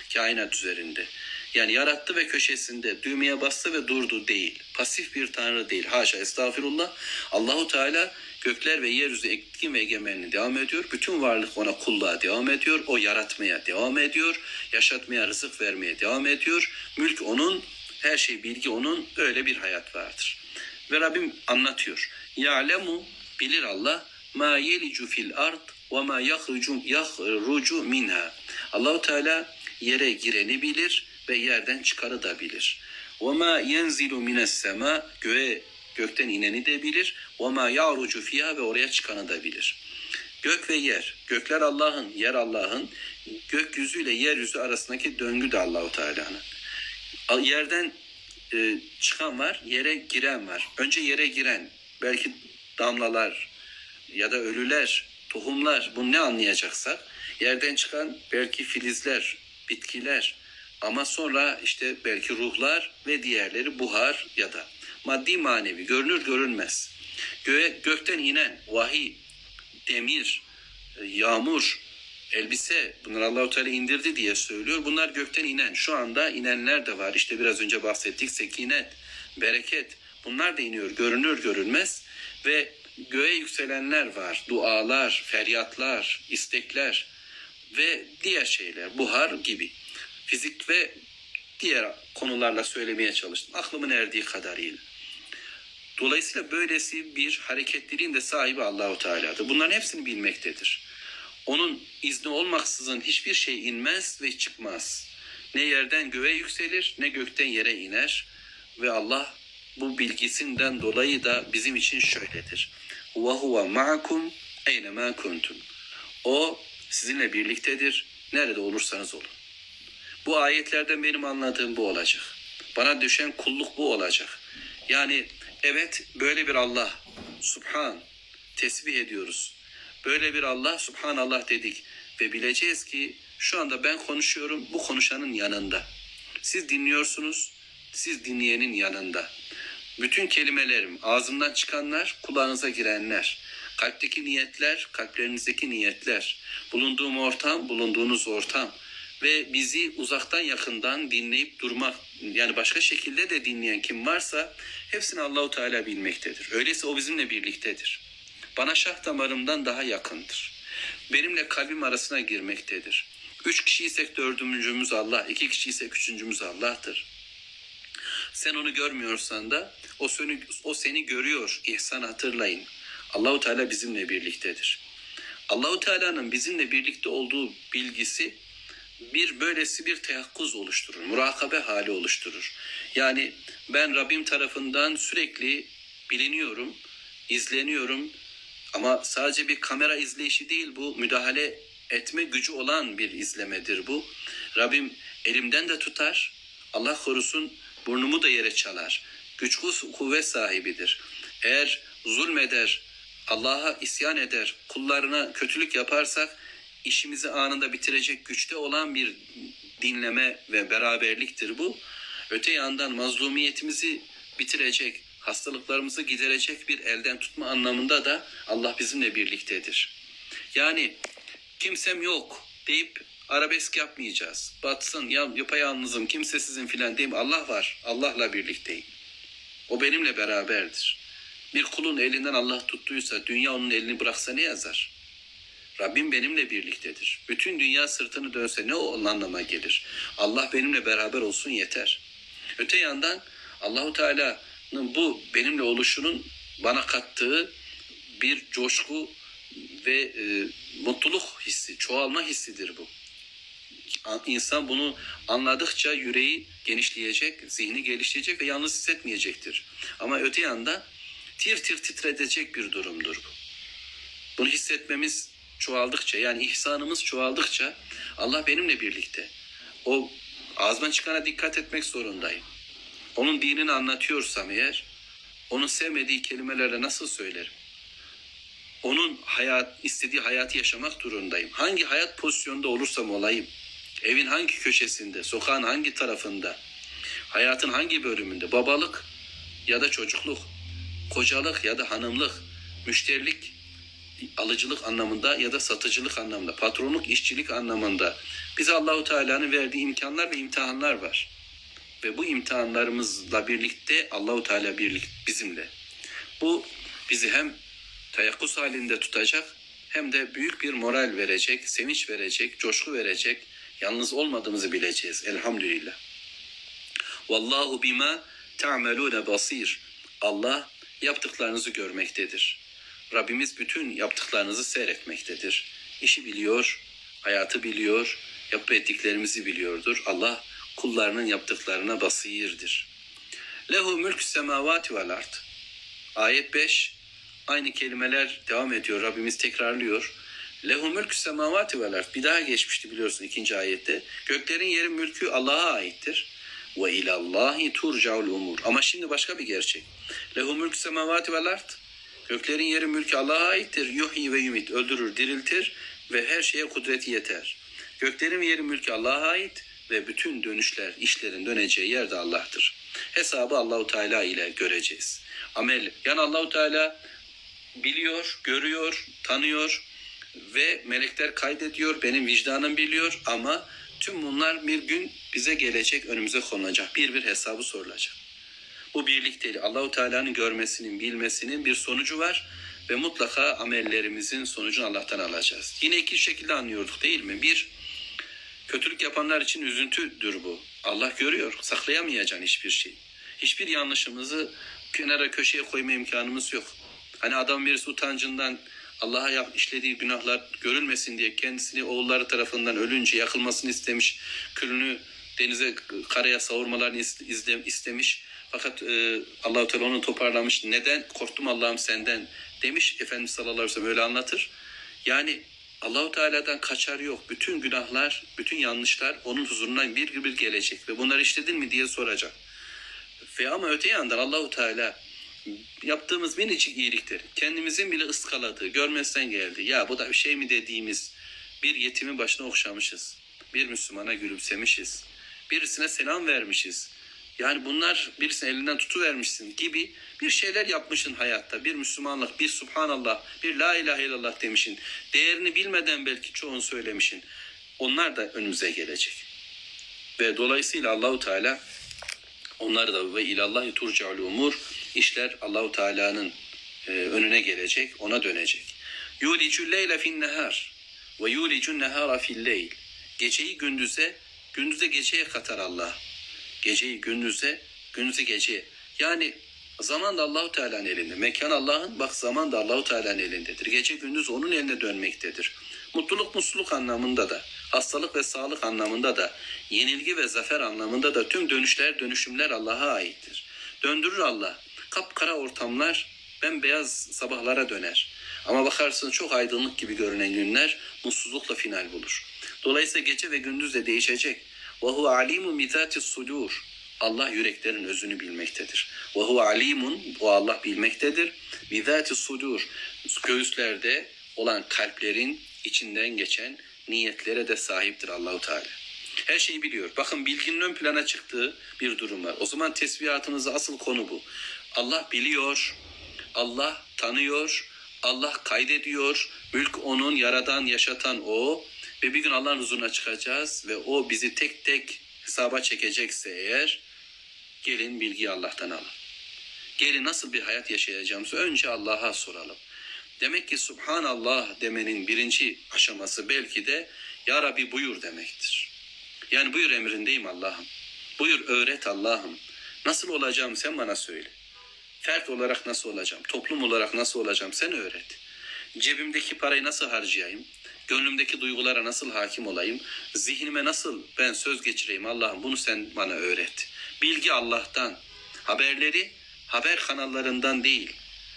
kainat üzerinde. Yani yarattı ve köşesinde düğmeye bastı ve durdu değil. Pasif bir tanrı değil. Haşa, estağfirullah. Allahu Teala gökler ve yeryüzü etkin ve egemenliği devam ediyor. Bütün varlık ona kulluğa devam ediyor. O yaratmaya devam ediyor. Yaşatmaya, rızık vermeye devam ediyor. Mülk onun, her şey bilgi onun. Öyle bir hayat vardır. Ve Rabbim anlatıyor. Ya'lemu, bilir Allah, ma yelicu fil ard ve ma yahrucu yahrucu minha. Allahu Teala yere gireni bilir ve yerden çıkarı da bilir. وَمَا يَنْزِلُ مِنَ السَّمَا, göğe gökten ineni de bilir. وَمَا يَعْرُجُ فِيهَا, ve oraya çıkanı da bilir. Gök ve yer, gökler Allah'ın, yer Allah'ın, gökyüzüyle yeryüzü arasındaki döngü de Allah-u Teala'nın. Yerden e, çıkan var, yere giren var. Önce yere giren, belki damlalar ya da ölüler, tohumlar, bunu ne anlayacaksak, yerden çıkan belki filizler, bitkiler, ama sonra işte belki ruhlar ve diğerleri buhar ya da maddi manevi, görünür görünmez. Göğe, gökten inen vahiy, demir, yağmur, elbise, bunları Allah-u Teala indirdi diye söylüyor. Bunlar gökten inen, şu anda inenler de var. İşte biraz önce bahsettik, sekinet, bereket, bunlar da iniyor, görünür görünmez. Ve göğe yükselenler var, dualar, feryatlar, istekler ve diğer şeyler, buhar gibi. Fizik ve diğer konularla söylemeye çalıştım, aklımın erdiği kadarıyla. Dolayısıyla böylesi bir hareketliliğin de sahibi Allah-u Teala'dır. Bunların hepsini bilmektedir. Onun izni olmaksızın hiçbir şey inmez ve çıkmaz. Ne yerden göğe yükselir, ne gökten yere iner. Ve Allah bu bilgisinden dolayı da bizim için şöyledir. وَهُوَ مَعَكُمْ اَيْنَمَا كُنْتُمْ. O sizinle birliktedir, nerede olursanız olun. Bu ayetlerden benim anladığım bu olacak. Bana düşen kulluk bu olacak. Yani evet, böyle bir Allah, Subhan, tesbih ediyoruz. Böyle bir Allah, Subhanallah dedik. Ve bileceğiz ki şu anda ben konuşuyorum, bu konuşanın yanında. Siz dinliyorsunuz, siz dinleyenin yanında. Bütün kelimelerim, ağzımdan çıkanlar, kulağınıza girenler. Kalpteki niyetler, kalplerinizdeki niyetler. Bulunduğum ortam, bulunduğunuz ortam. Ve bizi uzaktan yakından dinleyip durmak, yani başka şekilde de dinleyen kim varsa hepsini Allah-u Teala bilmektedir. Öyleyse o bizimle birliktedir. Bana şah damarımdan daha yakındır. Benimle kalbim arasına girmektedir. Üç kişiysek dördüncümüz Allah, iki kişiysek üçüncümüz Allah'tır. Sen onu görmüyorsan da o seni, o seni görüyor. İhsan hatırlayın. Allah-u Teala bizimle birliktedir. Allah-u Teala'nın bizimle birlikte olduğu bilgisi bir böylesi bir teyakkuz oluşturur. Murakabe hali oluşturur. Yani ben Rabbim tarafından sürekli biliniyorum, izleniyorum. Ama sadece bir kamera izleyişi değil bu, müdahale etme gücü olan bir izlemedir bu. Rabbim elimden de tutar, Allah korusun burnumu da yere çalar. Güç kuvvet sahibidir. Eğer zulmeder, Allah'a isyan eder, kullarına kötülük yaparsak işimizi anında bitirecek güçte olan bir dinleme ve beraberliktir bu. Öte yandan mazlumiyetimizi bitirecek, hastalıklarımızı giderecek bir elden tutma anlamında da Allah bizimle birliktedir. Yani kimsem yok deyip arabesk yapmayacağız. Batsın, ya yapayalnızım, kimsesizim filan deyip Allah var, Allah'la birlikteyim. O benimle beraberdir. Bir kulun elinden Allah tuttuysa, dünya onun elini bıraksa ne yazar? Rabbim benimle birliktedir. Bütün dünya sırtını dönse ne o anlama gelir? Allah benimle beraber olsun yeter. Öte yandan Allahu Teala'nın bu benimle oluşunun bana kattığı bir coşku ve e, mutluluk hissi, çoğalma hissidir bu. İnsan bunu anladıkça yüreği genişleyecek, zihni gelişleyecek ve yalnız hissetmeyecektir. Ama öte yandan tir tir titredecek bir durumdur bu. Bunu hissetmemiz çoğaldıkça, yani ihsanımız çoğaldıkça Allah benimle birlikte. O ağzımdan çıkana dikkat etmek zorundayım. Onun dinini anlatıyorsam eğer, onun sevmediği kelimelerle nasıl söylerim? Onun hayat, istediği hayatı yaşamak durumundayım. Hangi hayat pozisyonda olursam olayım, evin hangi köşesinde, sokağın hangi tarafında, hayatın hangi bölümünde, babalık ya da çocukluk, kocalık ya da hanımlık, müşterilik, alıcılık anlamında ya da satıcılık anlamında, patronluk, işçilik anlamında, Bize Allahu Teala'nın verdiği imkanlar ve imtihanlar var. Ve bu imtihanlarımızla birlikte Allahu Teala birlik bizimle. Bu bizi hem teyakkuz halinde tutacak hem de büyük bir moral verecek, sevinç verecek, coşku verecek. Yalnız olmadığımızı bileceğiz. Elhamdülillah. Vallahu bima ta'malun basir. Allah yaptıklarınızı görmektedir. Rabbimiz bütün yaptıklarınızı seyretmektedir. İşi biliyor, hayatı biliyor, yapıp ettiklerimizi biliyordur. Allah kullarının yaptıklarına basirdir. Lehu mülk semavati vel ard. Ayet beş. Aynı kelimeler devam ediyor. Rabbimiz tekrarlıyor. Lehu mülk semavati vel ard. Bir daha geçmişti biliyorsun ikinci ayette. Göklerin yerin mülkü Allah'a aittir. Ve ilallahi turcaul umur. Ama şimdi başka bir gerçek. Lehu mülk semavati vel ard. Göklerin yerin mülkü Allah'a aittir. Yuhyi ve yumit. Öldürür, diriltir ve her şeye kudreti yeter. Göklerin ve yerin mülkü Allah'a ait ve bütün dönüşler, işlerin döneceği yer de Allah'tır. Hesabı Allahu Teala ile göreceğiz. Amel, yani Allahu Teala biliyor, görüyor, tanıyor ve melekler kaydediyor, benim vicdanım biliyor ama tüm bunlar bir gün bize gelecek, önümüze konulacak. Bir bir hesabı sorulacak. Bu birlikteliği, Allahu Teala'nın görmesinin, bilmesinin bir sonucu var ve mutlaka amellerimizin sonucunu Allah'tan alacağız. Yine iki şekilde anlıyorduk değil mi? Bir, kötülük yapanlar için üzüntüdür bu. Allah görüyor, saklayamayacaksın hiçbir şey. Hiçbir yanlışımızı kenara köşeye koyma imkanımız yok. Hani adam birisi utancından Allah'a işlediği günahlar görülmesin diye kendisini oğulları tarafından ölünce yakılmasını istemiş, külünü denize, karaya savurmalarını istemiş. Fakat e, Allah-u Teala onu toparlamış. Neden? Korktum Allah'ım senden demiş. Efendimiz sallallahu aleyhi ve sellem öyle anlatır. Yani Allah-u Teala'dan kaçar yok. Bütün günahlar, bütün yanlışlar onun huzuruna bir bir gelecek ve bunları işledin mi diye soracak. Ve ama öte yandan Allah-u Teala yaptığımız minicik iyilikleri kendimizin bile ıskaladığı, görmezden geldi. Ya bu da bir şey mi dediğimiz bir yetimin başına okşamışız. Bir Müslümana gülümsemişiz. Birisine selam vermişiz. Yani bunlar birisinin elinden tutuvermişsin gibi bir şeyler yapmışsın hayatta. Bir Müslümanlık, bir Subhanallah, bir La ilahe illallah demişsin. Değerini bilmeden belki çoğunu söylemişsin. Onlar da önümüze gelecek. Ve dolayısıyla Allahu Teala onlar da ve ilallahi turcaul umur, işler Allahu Teala'nın e, önüne gelecek, ona dönecek. Yulicul leyle fin nehar ve yulicun nehara fil leyl. Geceyi gündüze, gündüze geceye katar Allah. Geceyi gündüze, gündüzü geceye. Yani zaman da Allahu Teala'nın elinde. Mekan Allah'ın, bak zaman da Allahu Teala'nın elindedir. Gece gündüz onun eline dönmektedir. Mutluluk mutluluk anlamında da, hastalık ve sağlık anlamında da, yenilgi ve zafer anlamında da tüm dönüşler, dönüşümler Allah'a aittir. Döndürür Allah. Kapkara ortamlar bembeyaz sabahlara döner. Ama bakarsın çok aydınlık gibi görünen günler mutsuzlukla final bulur. Dolayısıyla gece ve gündüz de değişecek. وَهُوَ عَلِيمٌ بِذَاتِ الصُّدُورِ. Allah yüreklerin özünü bilmektedir. وَهُوَ عَلِيمٌ, o Allah bilmektedir. بِذَاتِ الصُّدُورِ. Göğüslerde olan kalplerin içinden geçen niyetlere de sahiptir Allahu Teala. Her şeyi biliyor. Bakın bilginin ön plana çıktığı bir durum var. O zaman tesbihatımızda asıl konu bu. Allah biliyor, Allah tanıyor, Allah kaydediyor. Mülk onun, yaradan, yaşatan o. Ve bir gün Allah'ın huzuruna çıkacağız ve o bizi tek tek hesaba çekecekse eğer, gelin bilgiyi Allah'tan alın. Gelin nasıl bir hayat yaşayacağımızı önce Allah'a soralım. Demek ki Subhanallah demenin birinci aşaması belki de Ya Rabbi buyur demektir. Yani buyur emrindeyim Allah'ım. Buyur öğret Allah'ım. Nasıl olacağım sen bana söyle. Fert olarak nasıl olacağım? Toplum olarak nasıl olacağım? Sen öğret. Cebimdeki parayı nasıl harcayayım? Gönlümdeki duygulara nasıl hakim olayım? Zihnime nasıl ben söz geçireyim Allah'ım? Bunu sen bana öğret. Bilgi Allah'tan. Haberleri haber kanallarından değil.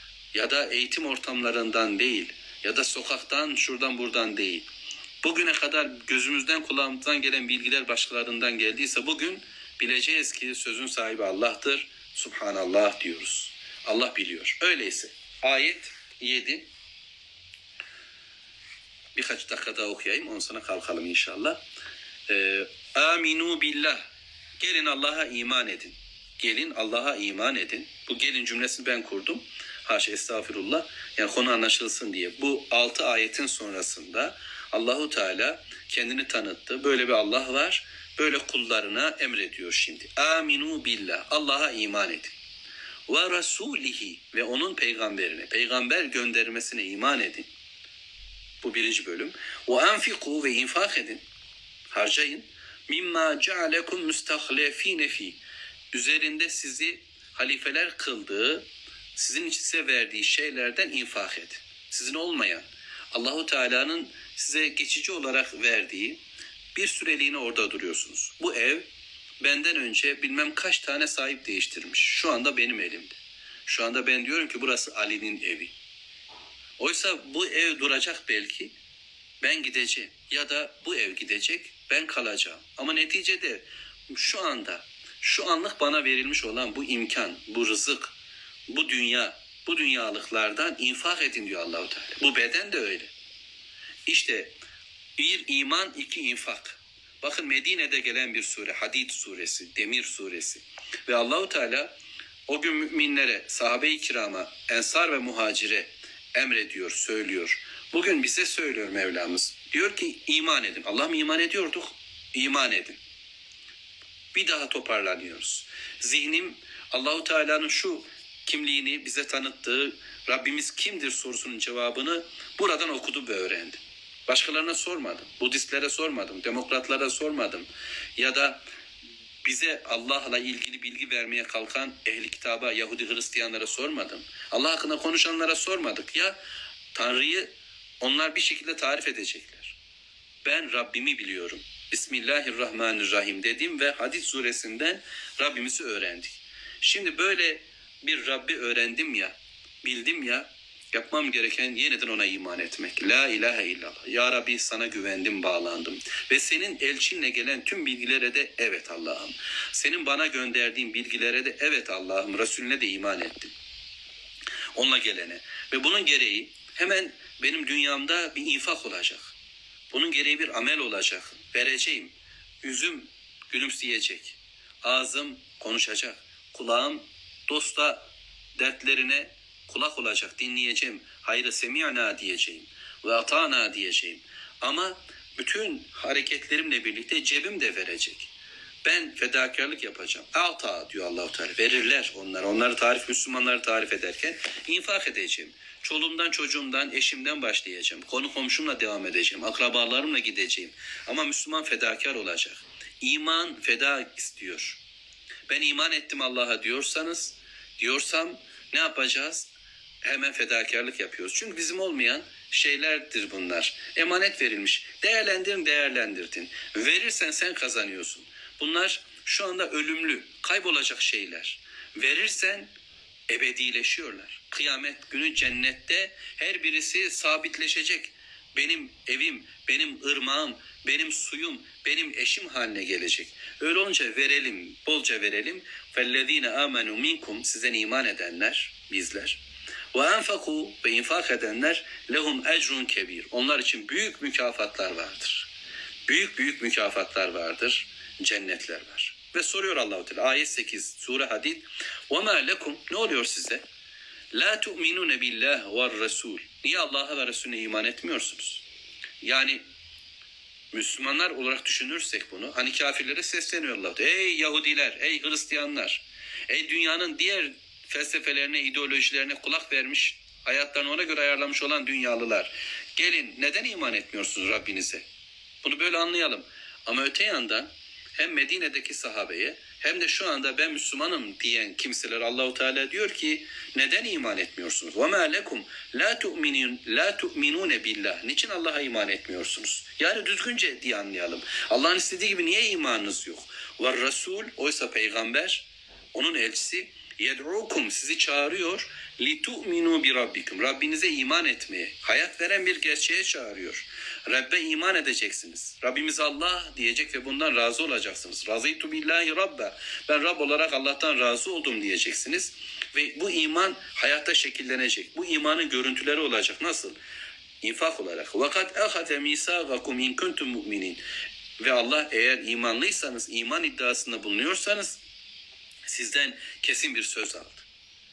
Ya da eğitim ortamlarından değil. Ya da sokaktan şuradan buradan değil. Bugüne kadar gözümüzden kulağımızdan gelen bilgiler başkalarından geldiyse bugün bileceğiz ki sözün sahibi Allah'tır. Subhanallah diyoruz. Allah biliyor. Öyleyse ayet yedi. Birkaç dakika daha okuyayım. Ondan sonra kalkalım inşallah. Ee, Aminu billah. Gelin Allah'a iman edin. Gelin Allah'a iman edin. Bu gelin cümlesini ben kurdum. Haşa estağfirullah. Yani konu anlaşılsın diye. Bu altı ayetin sonrasında Allahu Teala kendini tanıttı. Böyle bir Allah var. Böyle kullarına emrediyor şimdi. Aminu billah. Allah'a iman edin. Ve rasulihi ve onun peygamberine, peygamber göndermesine iman edin. Bu birinci bölüm. Ve enfiku ve infak edin. Harcayın. Mimma cealekum müstahlefine fi. Üzerinde sizi halifeler kıldığı, sizin için size verdiği şeylerden infak edin. Sizin olmayan, Allahu Teala'nın size geçici olarak verdiği bir süreliğine orada duruyorsunuz. Bu ev benden önce bilmem kaç tane sahip değiştirmiş. Şu anda benim elimde. Şu anda ben diyorum ki burası Ali'nin evi. Oysa bu ev duracak belki. Ben gideceğim ya da bu ev gidecek, ben kalacağım. Ama neticede şu anda, şu anlık bana verilmiş olan bu imkan, bu rızık, bu dünya, bu dünyalıklardan infak edin diyor Allah-u Teala. Bu beden de öyle. İşte bir iman, iki infak. Bakın Medine'de gelen bir sure, Hadid suresi, Demir suresi. Ve Allah-u Teala o gün müminlere, sahabe-i kirama, ensar ve muhacire emrediyor, söylüyor. Bugün bize söylüyor Mevlamız. Diyor ki iman edin. Allah mı iman ediyorduk? İman edin. Bir daha toparlanıyoruz. Zihnim Allahu Teala'nın şu kimliğini bize tanıttığı, Rabbimiz kimdir sorusunun cevabını buradan okudum ve öğrendim. Başkalarına sormadım. Budistlere sormadım. Demokratlara sormadım. Ya da bize Allah'la ilgili bilgi vermeye kalkan ehli kitaba, Yahudi Hristiyanlara sormadım. Allah hakkında konuşanlara sormadık. Ya Tanrı'yı onlar bir şekilde tarif edecekler. Ben Rabbimi biliyorum. Bismillahirrahmanirrahim dedim ve Hadid suresinden Rabbimizi öğrendik. Şimdi böyle bir Rabbi öğrendim ya, bildim ya, yapmam gereken yeniden ona iman etmek. La ilahe illallah. Ya Rabbi sana güvendim, bağlandım. Ve senin elçinle gelen tüm bilgilere de evet Allah'ım. Senin bana gönderdiğin bilgilere de evet Allah'ım. Resulüne de iman ettim. Onunla gelene. Ve bunun gereği hemen benim dünyamda bir infak olacak. Bunun gereği bir amel olacak. Vereceğim. Yüzüm gülümseyecek. Ağzım konuşacak. Kulağım dosta dertlerine kulak olacak. Dinleyeceğim. Hayrı semi'na diyeceğim. Ve ata'na diyeceğim. Ama bütün hareketlerimle birlikte cebim de verecek. Ben fedakarlık yapacağım. Ata diyor Allah-u Teala. Verirler onlar. Onları tarif, Müslümanları tarif ederken infak edeceğim. Çoluğumdan, çocuğumdan, eşimden başlayacağım. Konu komşumla devam edeceğim. Akrabalarımla gideceğim. Ama Müslüman fedakar olacak. İman feda istiyor. Ben iman ettim Allah'a diyorsanız, diyorsam ne yapacağız? Hemen fedakarlık yapıyoruz. Çünkü bizim olmayan şeylerdir bunlar. Emanet verilmiş. Değerlendirin, değerlendirdin. Verirsen sen kazanıyorsun. Bunlar şu anda ölümlü, kaybolacak şeyler. Verirsen ebedileşiyorlar. Kıyamet günü cennette her birisi sabitleşecek. Benim evim, benim ırmağım, benim suyum, benim eşim haline gelecek. Öyle olunca verelim, bolca verelim. فَالَّذ۪ينَ آمَنُوا مِنْكُمْ Sizden iman edenler, bizler. وَاَنْفَقُوا Ve infak edenler lehum ecrun kebir. Onlar için büyük mükafatlar vardır. Büyük büyük mükafatlar vardır. Cennetler var. Ve soruyor Allah-u Teala ayet sekiz Sure Hadid وَمَا لَكُمْ Ne oluyor size? لَا تُؤْمِنُونَ بِاللّٰهِ وَالرَّسُولِ Niye Allah'a ve Resulüne iman etmiyorsunuz? Yani Müslümanlar olarak düşünürsek bunu, hani kafirlere sesleniyor Allah. Ey Yahudiler, ey Hristiyanlar, ey dünyanın diğer felsefelerine, ideolojilerine kulak vermiş, hayatlarını ona göre ayarlamış olan dünyalılar. Gelin, neden iman etmiyorsunuz Rabbinize? Bunu böyle anlayalım. Ama öte yandan hem Medine'deki sahabeye hem de şu anda ben Müslümanım diyen kimseler Allahu Teala diyor ki neden iman etmiyorsunuz? وَمَا لَكُمْ لَا تُؤْمِنُونَ لَا تُؤْمِنُونَ بِاللّٰهِ Niçin Allah'a iman etmiyorsunuz? Yani düzgünce diye anlayalım. Allah'ın istediği gibi niye imanınız yok? وَالرَّسُولُ Oysa peygamber, onun elçisi yed'ukum sizi çağırıyor لِتُؤْمِنُوا بِرَبِّكُمْ Rabbinize iman etmeye, hayat veren bir gerçeğe çağırıyor. Rabbe iman edeceksiniz. Rabbimiz Allah diyecek ve bundan razı olacaksınız. Razıytu billahi rabbe. Ben Rab olarak Allah'tan razı oldum diyeceksiniz. Ve bu iman hayatta şekillenecek. Bu imanın görüntüleri olacak. Nasıl? İnfak olarak. وَقَدْ اَخَذَ مِيثَاقَكُمْ اِنْ كُنْتُمْ مُؤْمِنِينَ Ve Allah eğer imanlıysanız, iman iddiasında bulunuyorsanız sizden kesin bir söz aldı.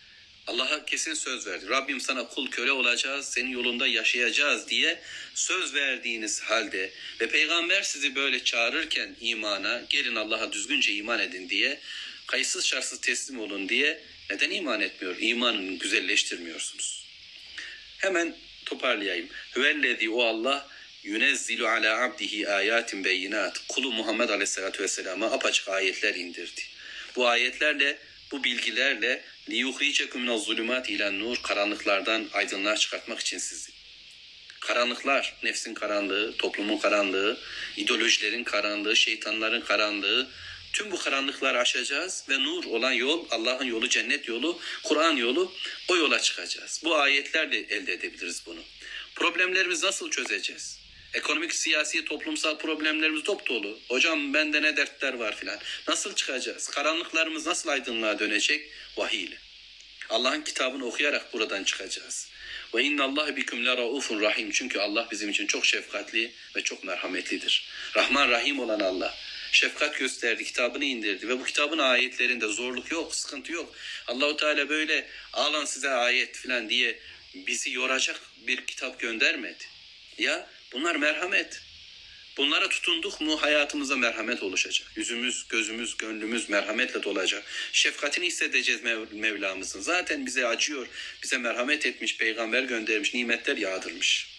Allah'a kesin söz verdi. Rabbim sana kul köle olacağız, senin yolunda yaşayacağız diye söz verdiğiniz halde ve peygamber sizi böyle çağırırken imana, gelin Allah'a düzgünce iman edin diye, kayıtsız şartsız teslim olun diye neden iman etmiyor? İmanını güzelleştirmiyorsunuz. Hemen toparlayayım. Hüvellezî, o Allah, yunezzilu ala abdihi ayatin beyinat. Kulu Muhammed Aleyhisselatü Vesselam'a apaçık ayetler indirdi. Bu ayetlerle, bu bilgilerle liyuhricekum minez-zulumati ilen-nur, karanlıklardan aydınlığa çıkartmak için sizi. Karanlıklar, nefsin karanlığı, toplumun karanlığı, ideolojilerin karanlığı, şeytanların karanlığı, tüm bu karanlıkları aşacağız ve nur olan yol, Allah'ın yolu, cennet yolu, Kur'an yolu, o yola çıkacağız. Bu ayetlerle elde edebiliriz bunu. Problemlerimizi nasıl çözeceğiz? Ekonomik, siyasi, toplumsal problemlerimiz dop dolu. Hocam bende ne dertler var filan. Nasıl çıkacağız? Karanlıklarımız nasıl aydınlığa dönecek? Vahiy ile. Allah'ın kitabını okuyarak buradan çıkacağız. Ve innallahi bikum la raufun rahim. Çünkü Allah bizim için çok şefkatli ve çok merhametlidir. Rahman Rahim olan Allah şefkat gösterdi, kitabını indirdi ve bu kitabın ayetlerinde zorluk yok, sıkıntı yok. Allahu Teala böyle alın size ayet filan diye bizi yoracak bir kitap göndermedi. Ya bunlar merhamet. Bunlara tutunduk mu hayatımıza merhamet oluşacak. Yüzümüz, gözümüz, gönlümüz merhametle dolacak. Şefkatini hissedeceğiz Mev- Mevlamızın. Zaten bize acıyor, bize merhamet etmiş, peygamber göndermiş, nimetler yağdırmış.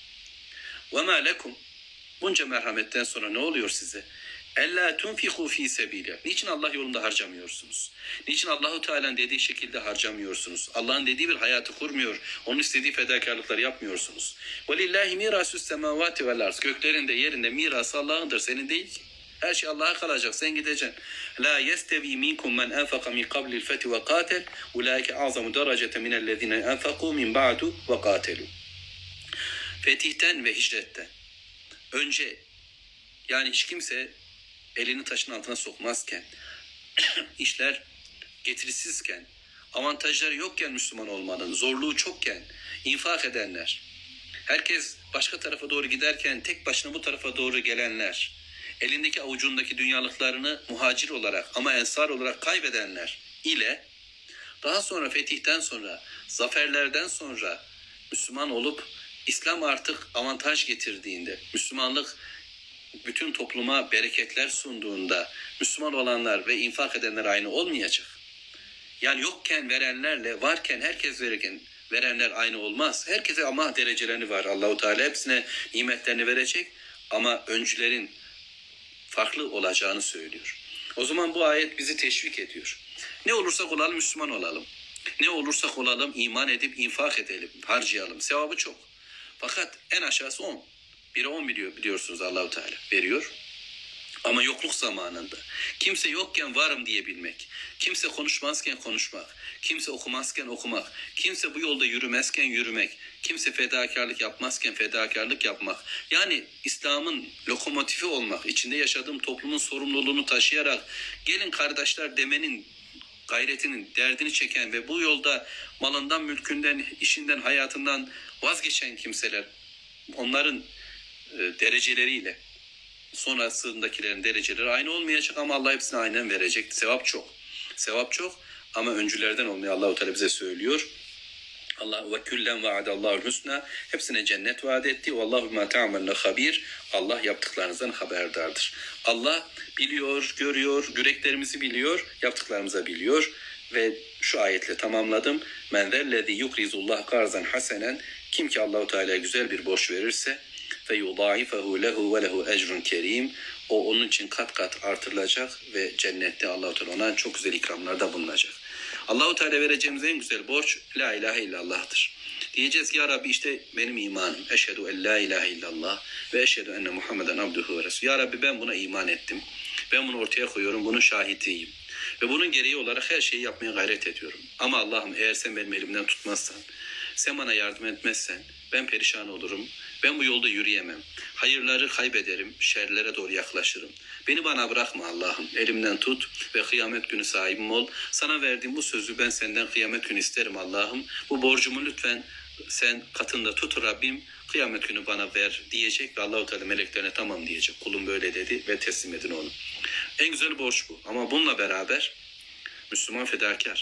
وَمَا لَكُمْ, bunca merhametten sonra ne oluyor size? اَلَّا تُنْفِقُوا ف۪ي سَب۪يلًا, niçin Allah yolunda harcamıyorsunuz? Niçin Allahu Teala'nın dediği şekilde harcamıyorsunuz? Allah'ın dediği bir hayatı kurmuyor, onun istediği fedakarlıkları yapmıyorsunuz. وَلِلّٰهِ مِيرَاسُ السَّمَاوَاتِ وَالْاَرْضِ, göklerin de yerin de mirası Allah'ındır, senin değil ki. Her şey Allah'a kalacak, sen gideceksin. لَا يَسْتَوِي مِنْكُمْ مَنْ أَنْفَقَ مِنْ قَبْلِ الْفَتِ وَقَاتَلْ اُولَٰئِكَ أَعْظَمُ دَرَجَةً مِنَ الَّذِينَ أَنْفَقُوا مِنْ بَعْدُ وَقَاتَلُوا. Fetihten ve hicretten önce, yani hiç kimse elini taşın altına sokmazken, işler getirisizken, avantajları yokken Müslüman olmanın, zorluğu çokken infak edenler, herkes başka tarafa doğru giderken tek başına bu tarafa doğru gelenler, elindeki avucundaki dünyalıklarını muhacir olarak ama ensar olarak kaybedenler ile daha sonra fetihten sonra, zaferlerden sonra Müslüman olup İslam artık avantaj getirdiğinde, Müslümanlık bütün topluma bereketler sunduğunda Müslüman olanlar ve infak edenler aynı olmayacak. Yani yokken verenlerle varken herkes verirken verenler aynı olmaz. Herkese ama derecelerini var. Allahu Teala hepsine nimetlerini verecek ama öncülerin farklı olacağını söylüyor. O zaman bu ayet bizi teşvik ediyor. Ne olursak olalım Müslüman olalım. Ne olursak olalım iman edip infak edelim, harcayalım. Sevabı çok. Fakat en aşağısı on. Biri on biliyor, biliyorsunuz Allahu Teala veriyor. Ama yokluk zamanında, kimse yokken varım diyebilmek, kimse konuşmazken konuşmak, kimse okumazken okumak, kimse bu yolda yürümezken yürümek, kimse fedakarlık yapmazken fedakarlık yapmak. Yani İslam'ın lokomotifi olmak, içinde yaşadığım toplumun sorumluluğunu taşıyarak gelin kardeşler demenin gayretinin, derdini çeken ve bu yolda malından, mülkünden, işinden, hayatından vazgeçen kimseler, onların e, dereceleriyle sonrasındakilerin dereceleri aynı olmayacak ama Allah hepsine aynen verecek. Sevap çok. Sevap çok ama öncülerden olmayı Allah-u Teala bize söylüyor. Allah ve küllen vaadallahu husna, hepsine cennet vaat etti. Vallahu ma ta'malun habir. Allah yaptıklarınızdan haberdardır. Allah biliyor, görüyor, yüreklerimizi biliyor, yaptıklarımızı biliyor ve şu ayetle tamamladım. Men zellezî yukrizullah karzan hasenen, kim ki Allahu Teala'ya güzel bir borç verirse fe yudâifehu lehu ve lehu ecrun kerim, o onun için kat kat artırılacak ve cennette Allahu Teala ona çok güzel ikramlarda bulunacak. Allahu Teala vereceğimiz en güzel borç la ilahe illallah'tır. Diyeceğiz ki ya Rabbi işte benim imanım. Eşhedü en la ilahe illallah ve eşhedü enne Muhammeden abduhu ve resulü. Ya Rabbi ben buna iman ettim. Ben bunu ortaya koyuyorum. Bunun şahidiyim. Ve bunun gereği olarak her şeyi yapmaya gayret ediyorum. Ama Allah'ım eğer sen benim elimden tutmazsan, sen bana yardım etmezsen ben perişan olurum. Ben bu yolda yürüyemem. Hayırları kaybederim, şerlere doğru yaklaşırım. Beni bana bırakma Allah'ım. Elimden tut ve kıyamet günü sahibim ol. Sana verdiğim bu sözü ben senden kıyamet günü isterim Allah'ım. Bu borcumu lütfen sen katında tut Rabbim. Kıyamet günü bana ver diyecek ve Allah-u Teala meleklerine tamam diyecek. Kulum böyle dedi ve teslim edin onu. En güzel borç bu. Ama bununla beraber Müslüman fedakar.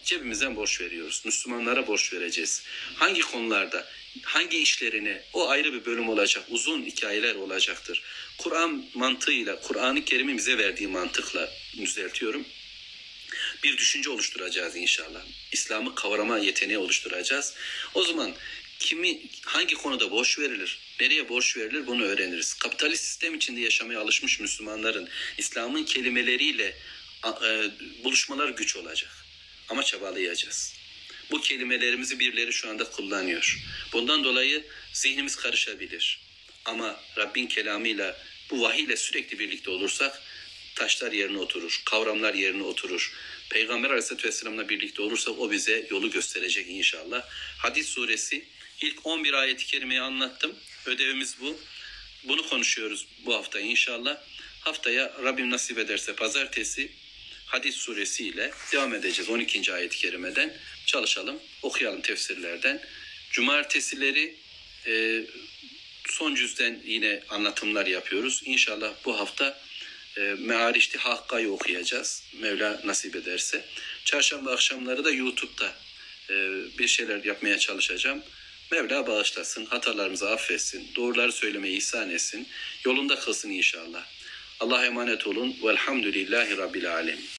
cebimizden borç veriyoruz. Müslümanlara borç vereceğiz. Hangi konularda, hangi işlerine o ayrı bir bölüm olacak. Uzun hikayeler olacaktır. Kur'an mantığıyla, Kur'an-ı Kerim'in bize verdiği mantıkla düzeltiyorum. Bir düşünce oluşturacağız inşallah. İslam'ı kavrama yeteneği oluşturacağız. O zaman kimi hangi konuda borç verilir, nereye borç verilir bunu öğreniriz. Kapitalist sistem içinde yaşamaya alışmış Müslümanların İslam'ın kelimeleriyle e, buluşmalar güç olacak. Ama çabalayacağız. Bu kelimelerimizi birileri şu anda kullanıyor. Bundan dolayı zihnimiz karışabilir. Ama Rabbin kelamıyla, bu vahiyle sürekli birlikte olursak taşlar yerine oturur, kavramlar yerine oturur. Peygamber Aleyhisselatü Vesselam'la birlikte olursak o bize yolu gösterecek inşallah. Hadis suresi ilk on bir ayet-i kerimeyi anlattım. Ödevimiz bu. Bunu konuşuyoruz bu hafta inşallah. Haftaya Rabbim nasip ederse pazartesi Hadis suresi ile devam edeceğiz. on ikinci ayet-i kerimeden çalışalım, okuyalım tefsirlerden. Cumartesileri e, son cüzden yine anlatımlar yapıyoruz. İnşallah bu hafta e, Me'arişti Hakka'yı okuyacağız. Mevla nasip ederse. Çarşamba akşamları da YouTube'da e, bir şeyler yapmaya çalışacağım. Mevla bağışlasın, hatalarımızı affetsin, doğruları söylemeyi ihsan etsin, yolunda kılsın inşallah. Allah'a emanet olun. Velhamdülillahi Rabbil Alemin.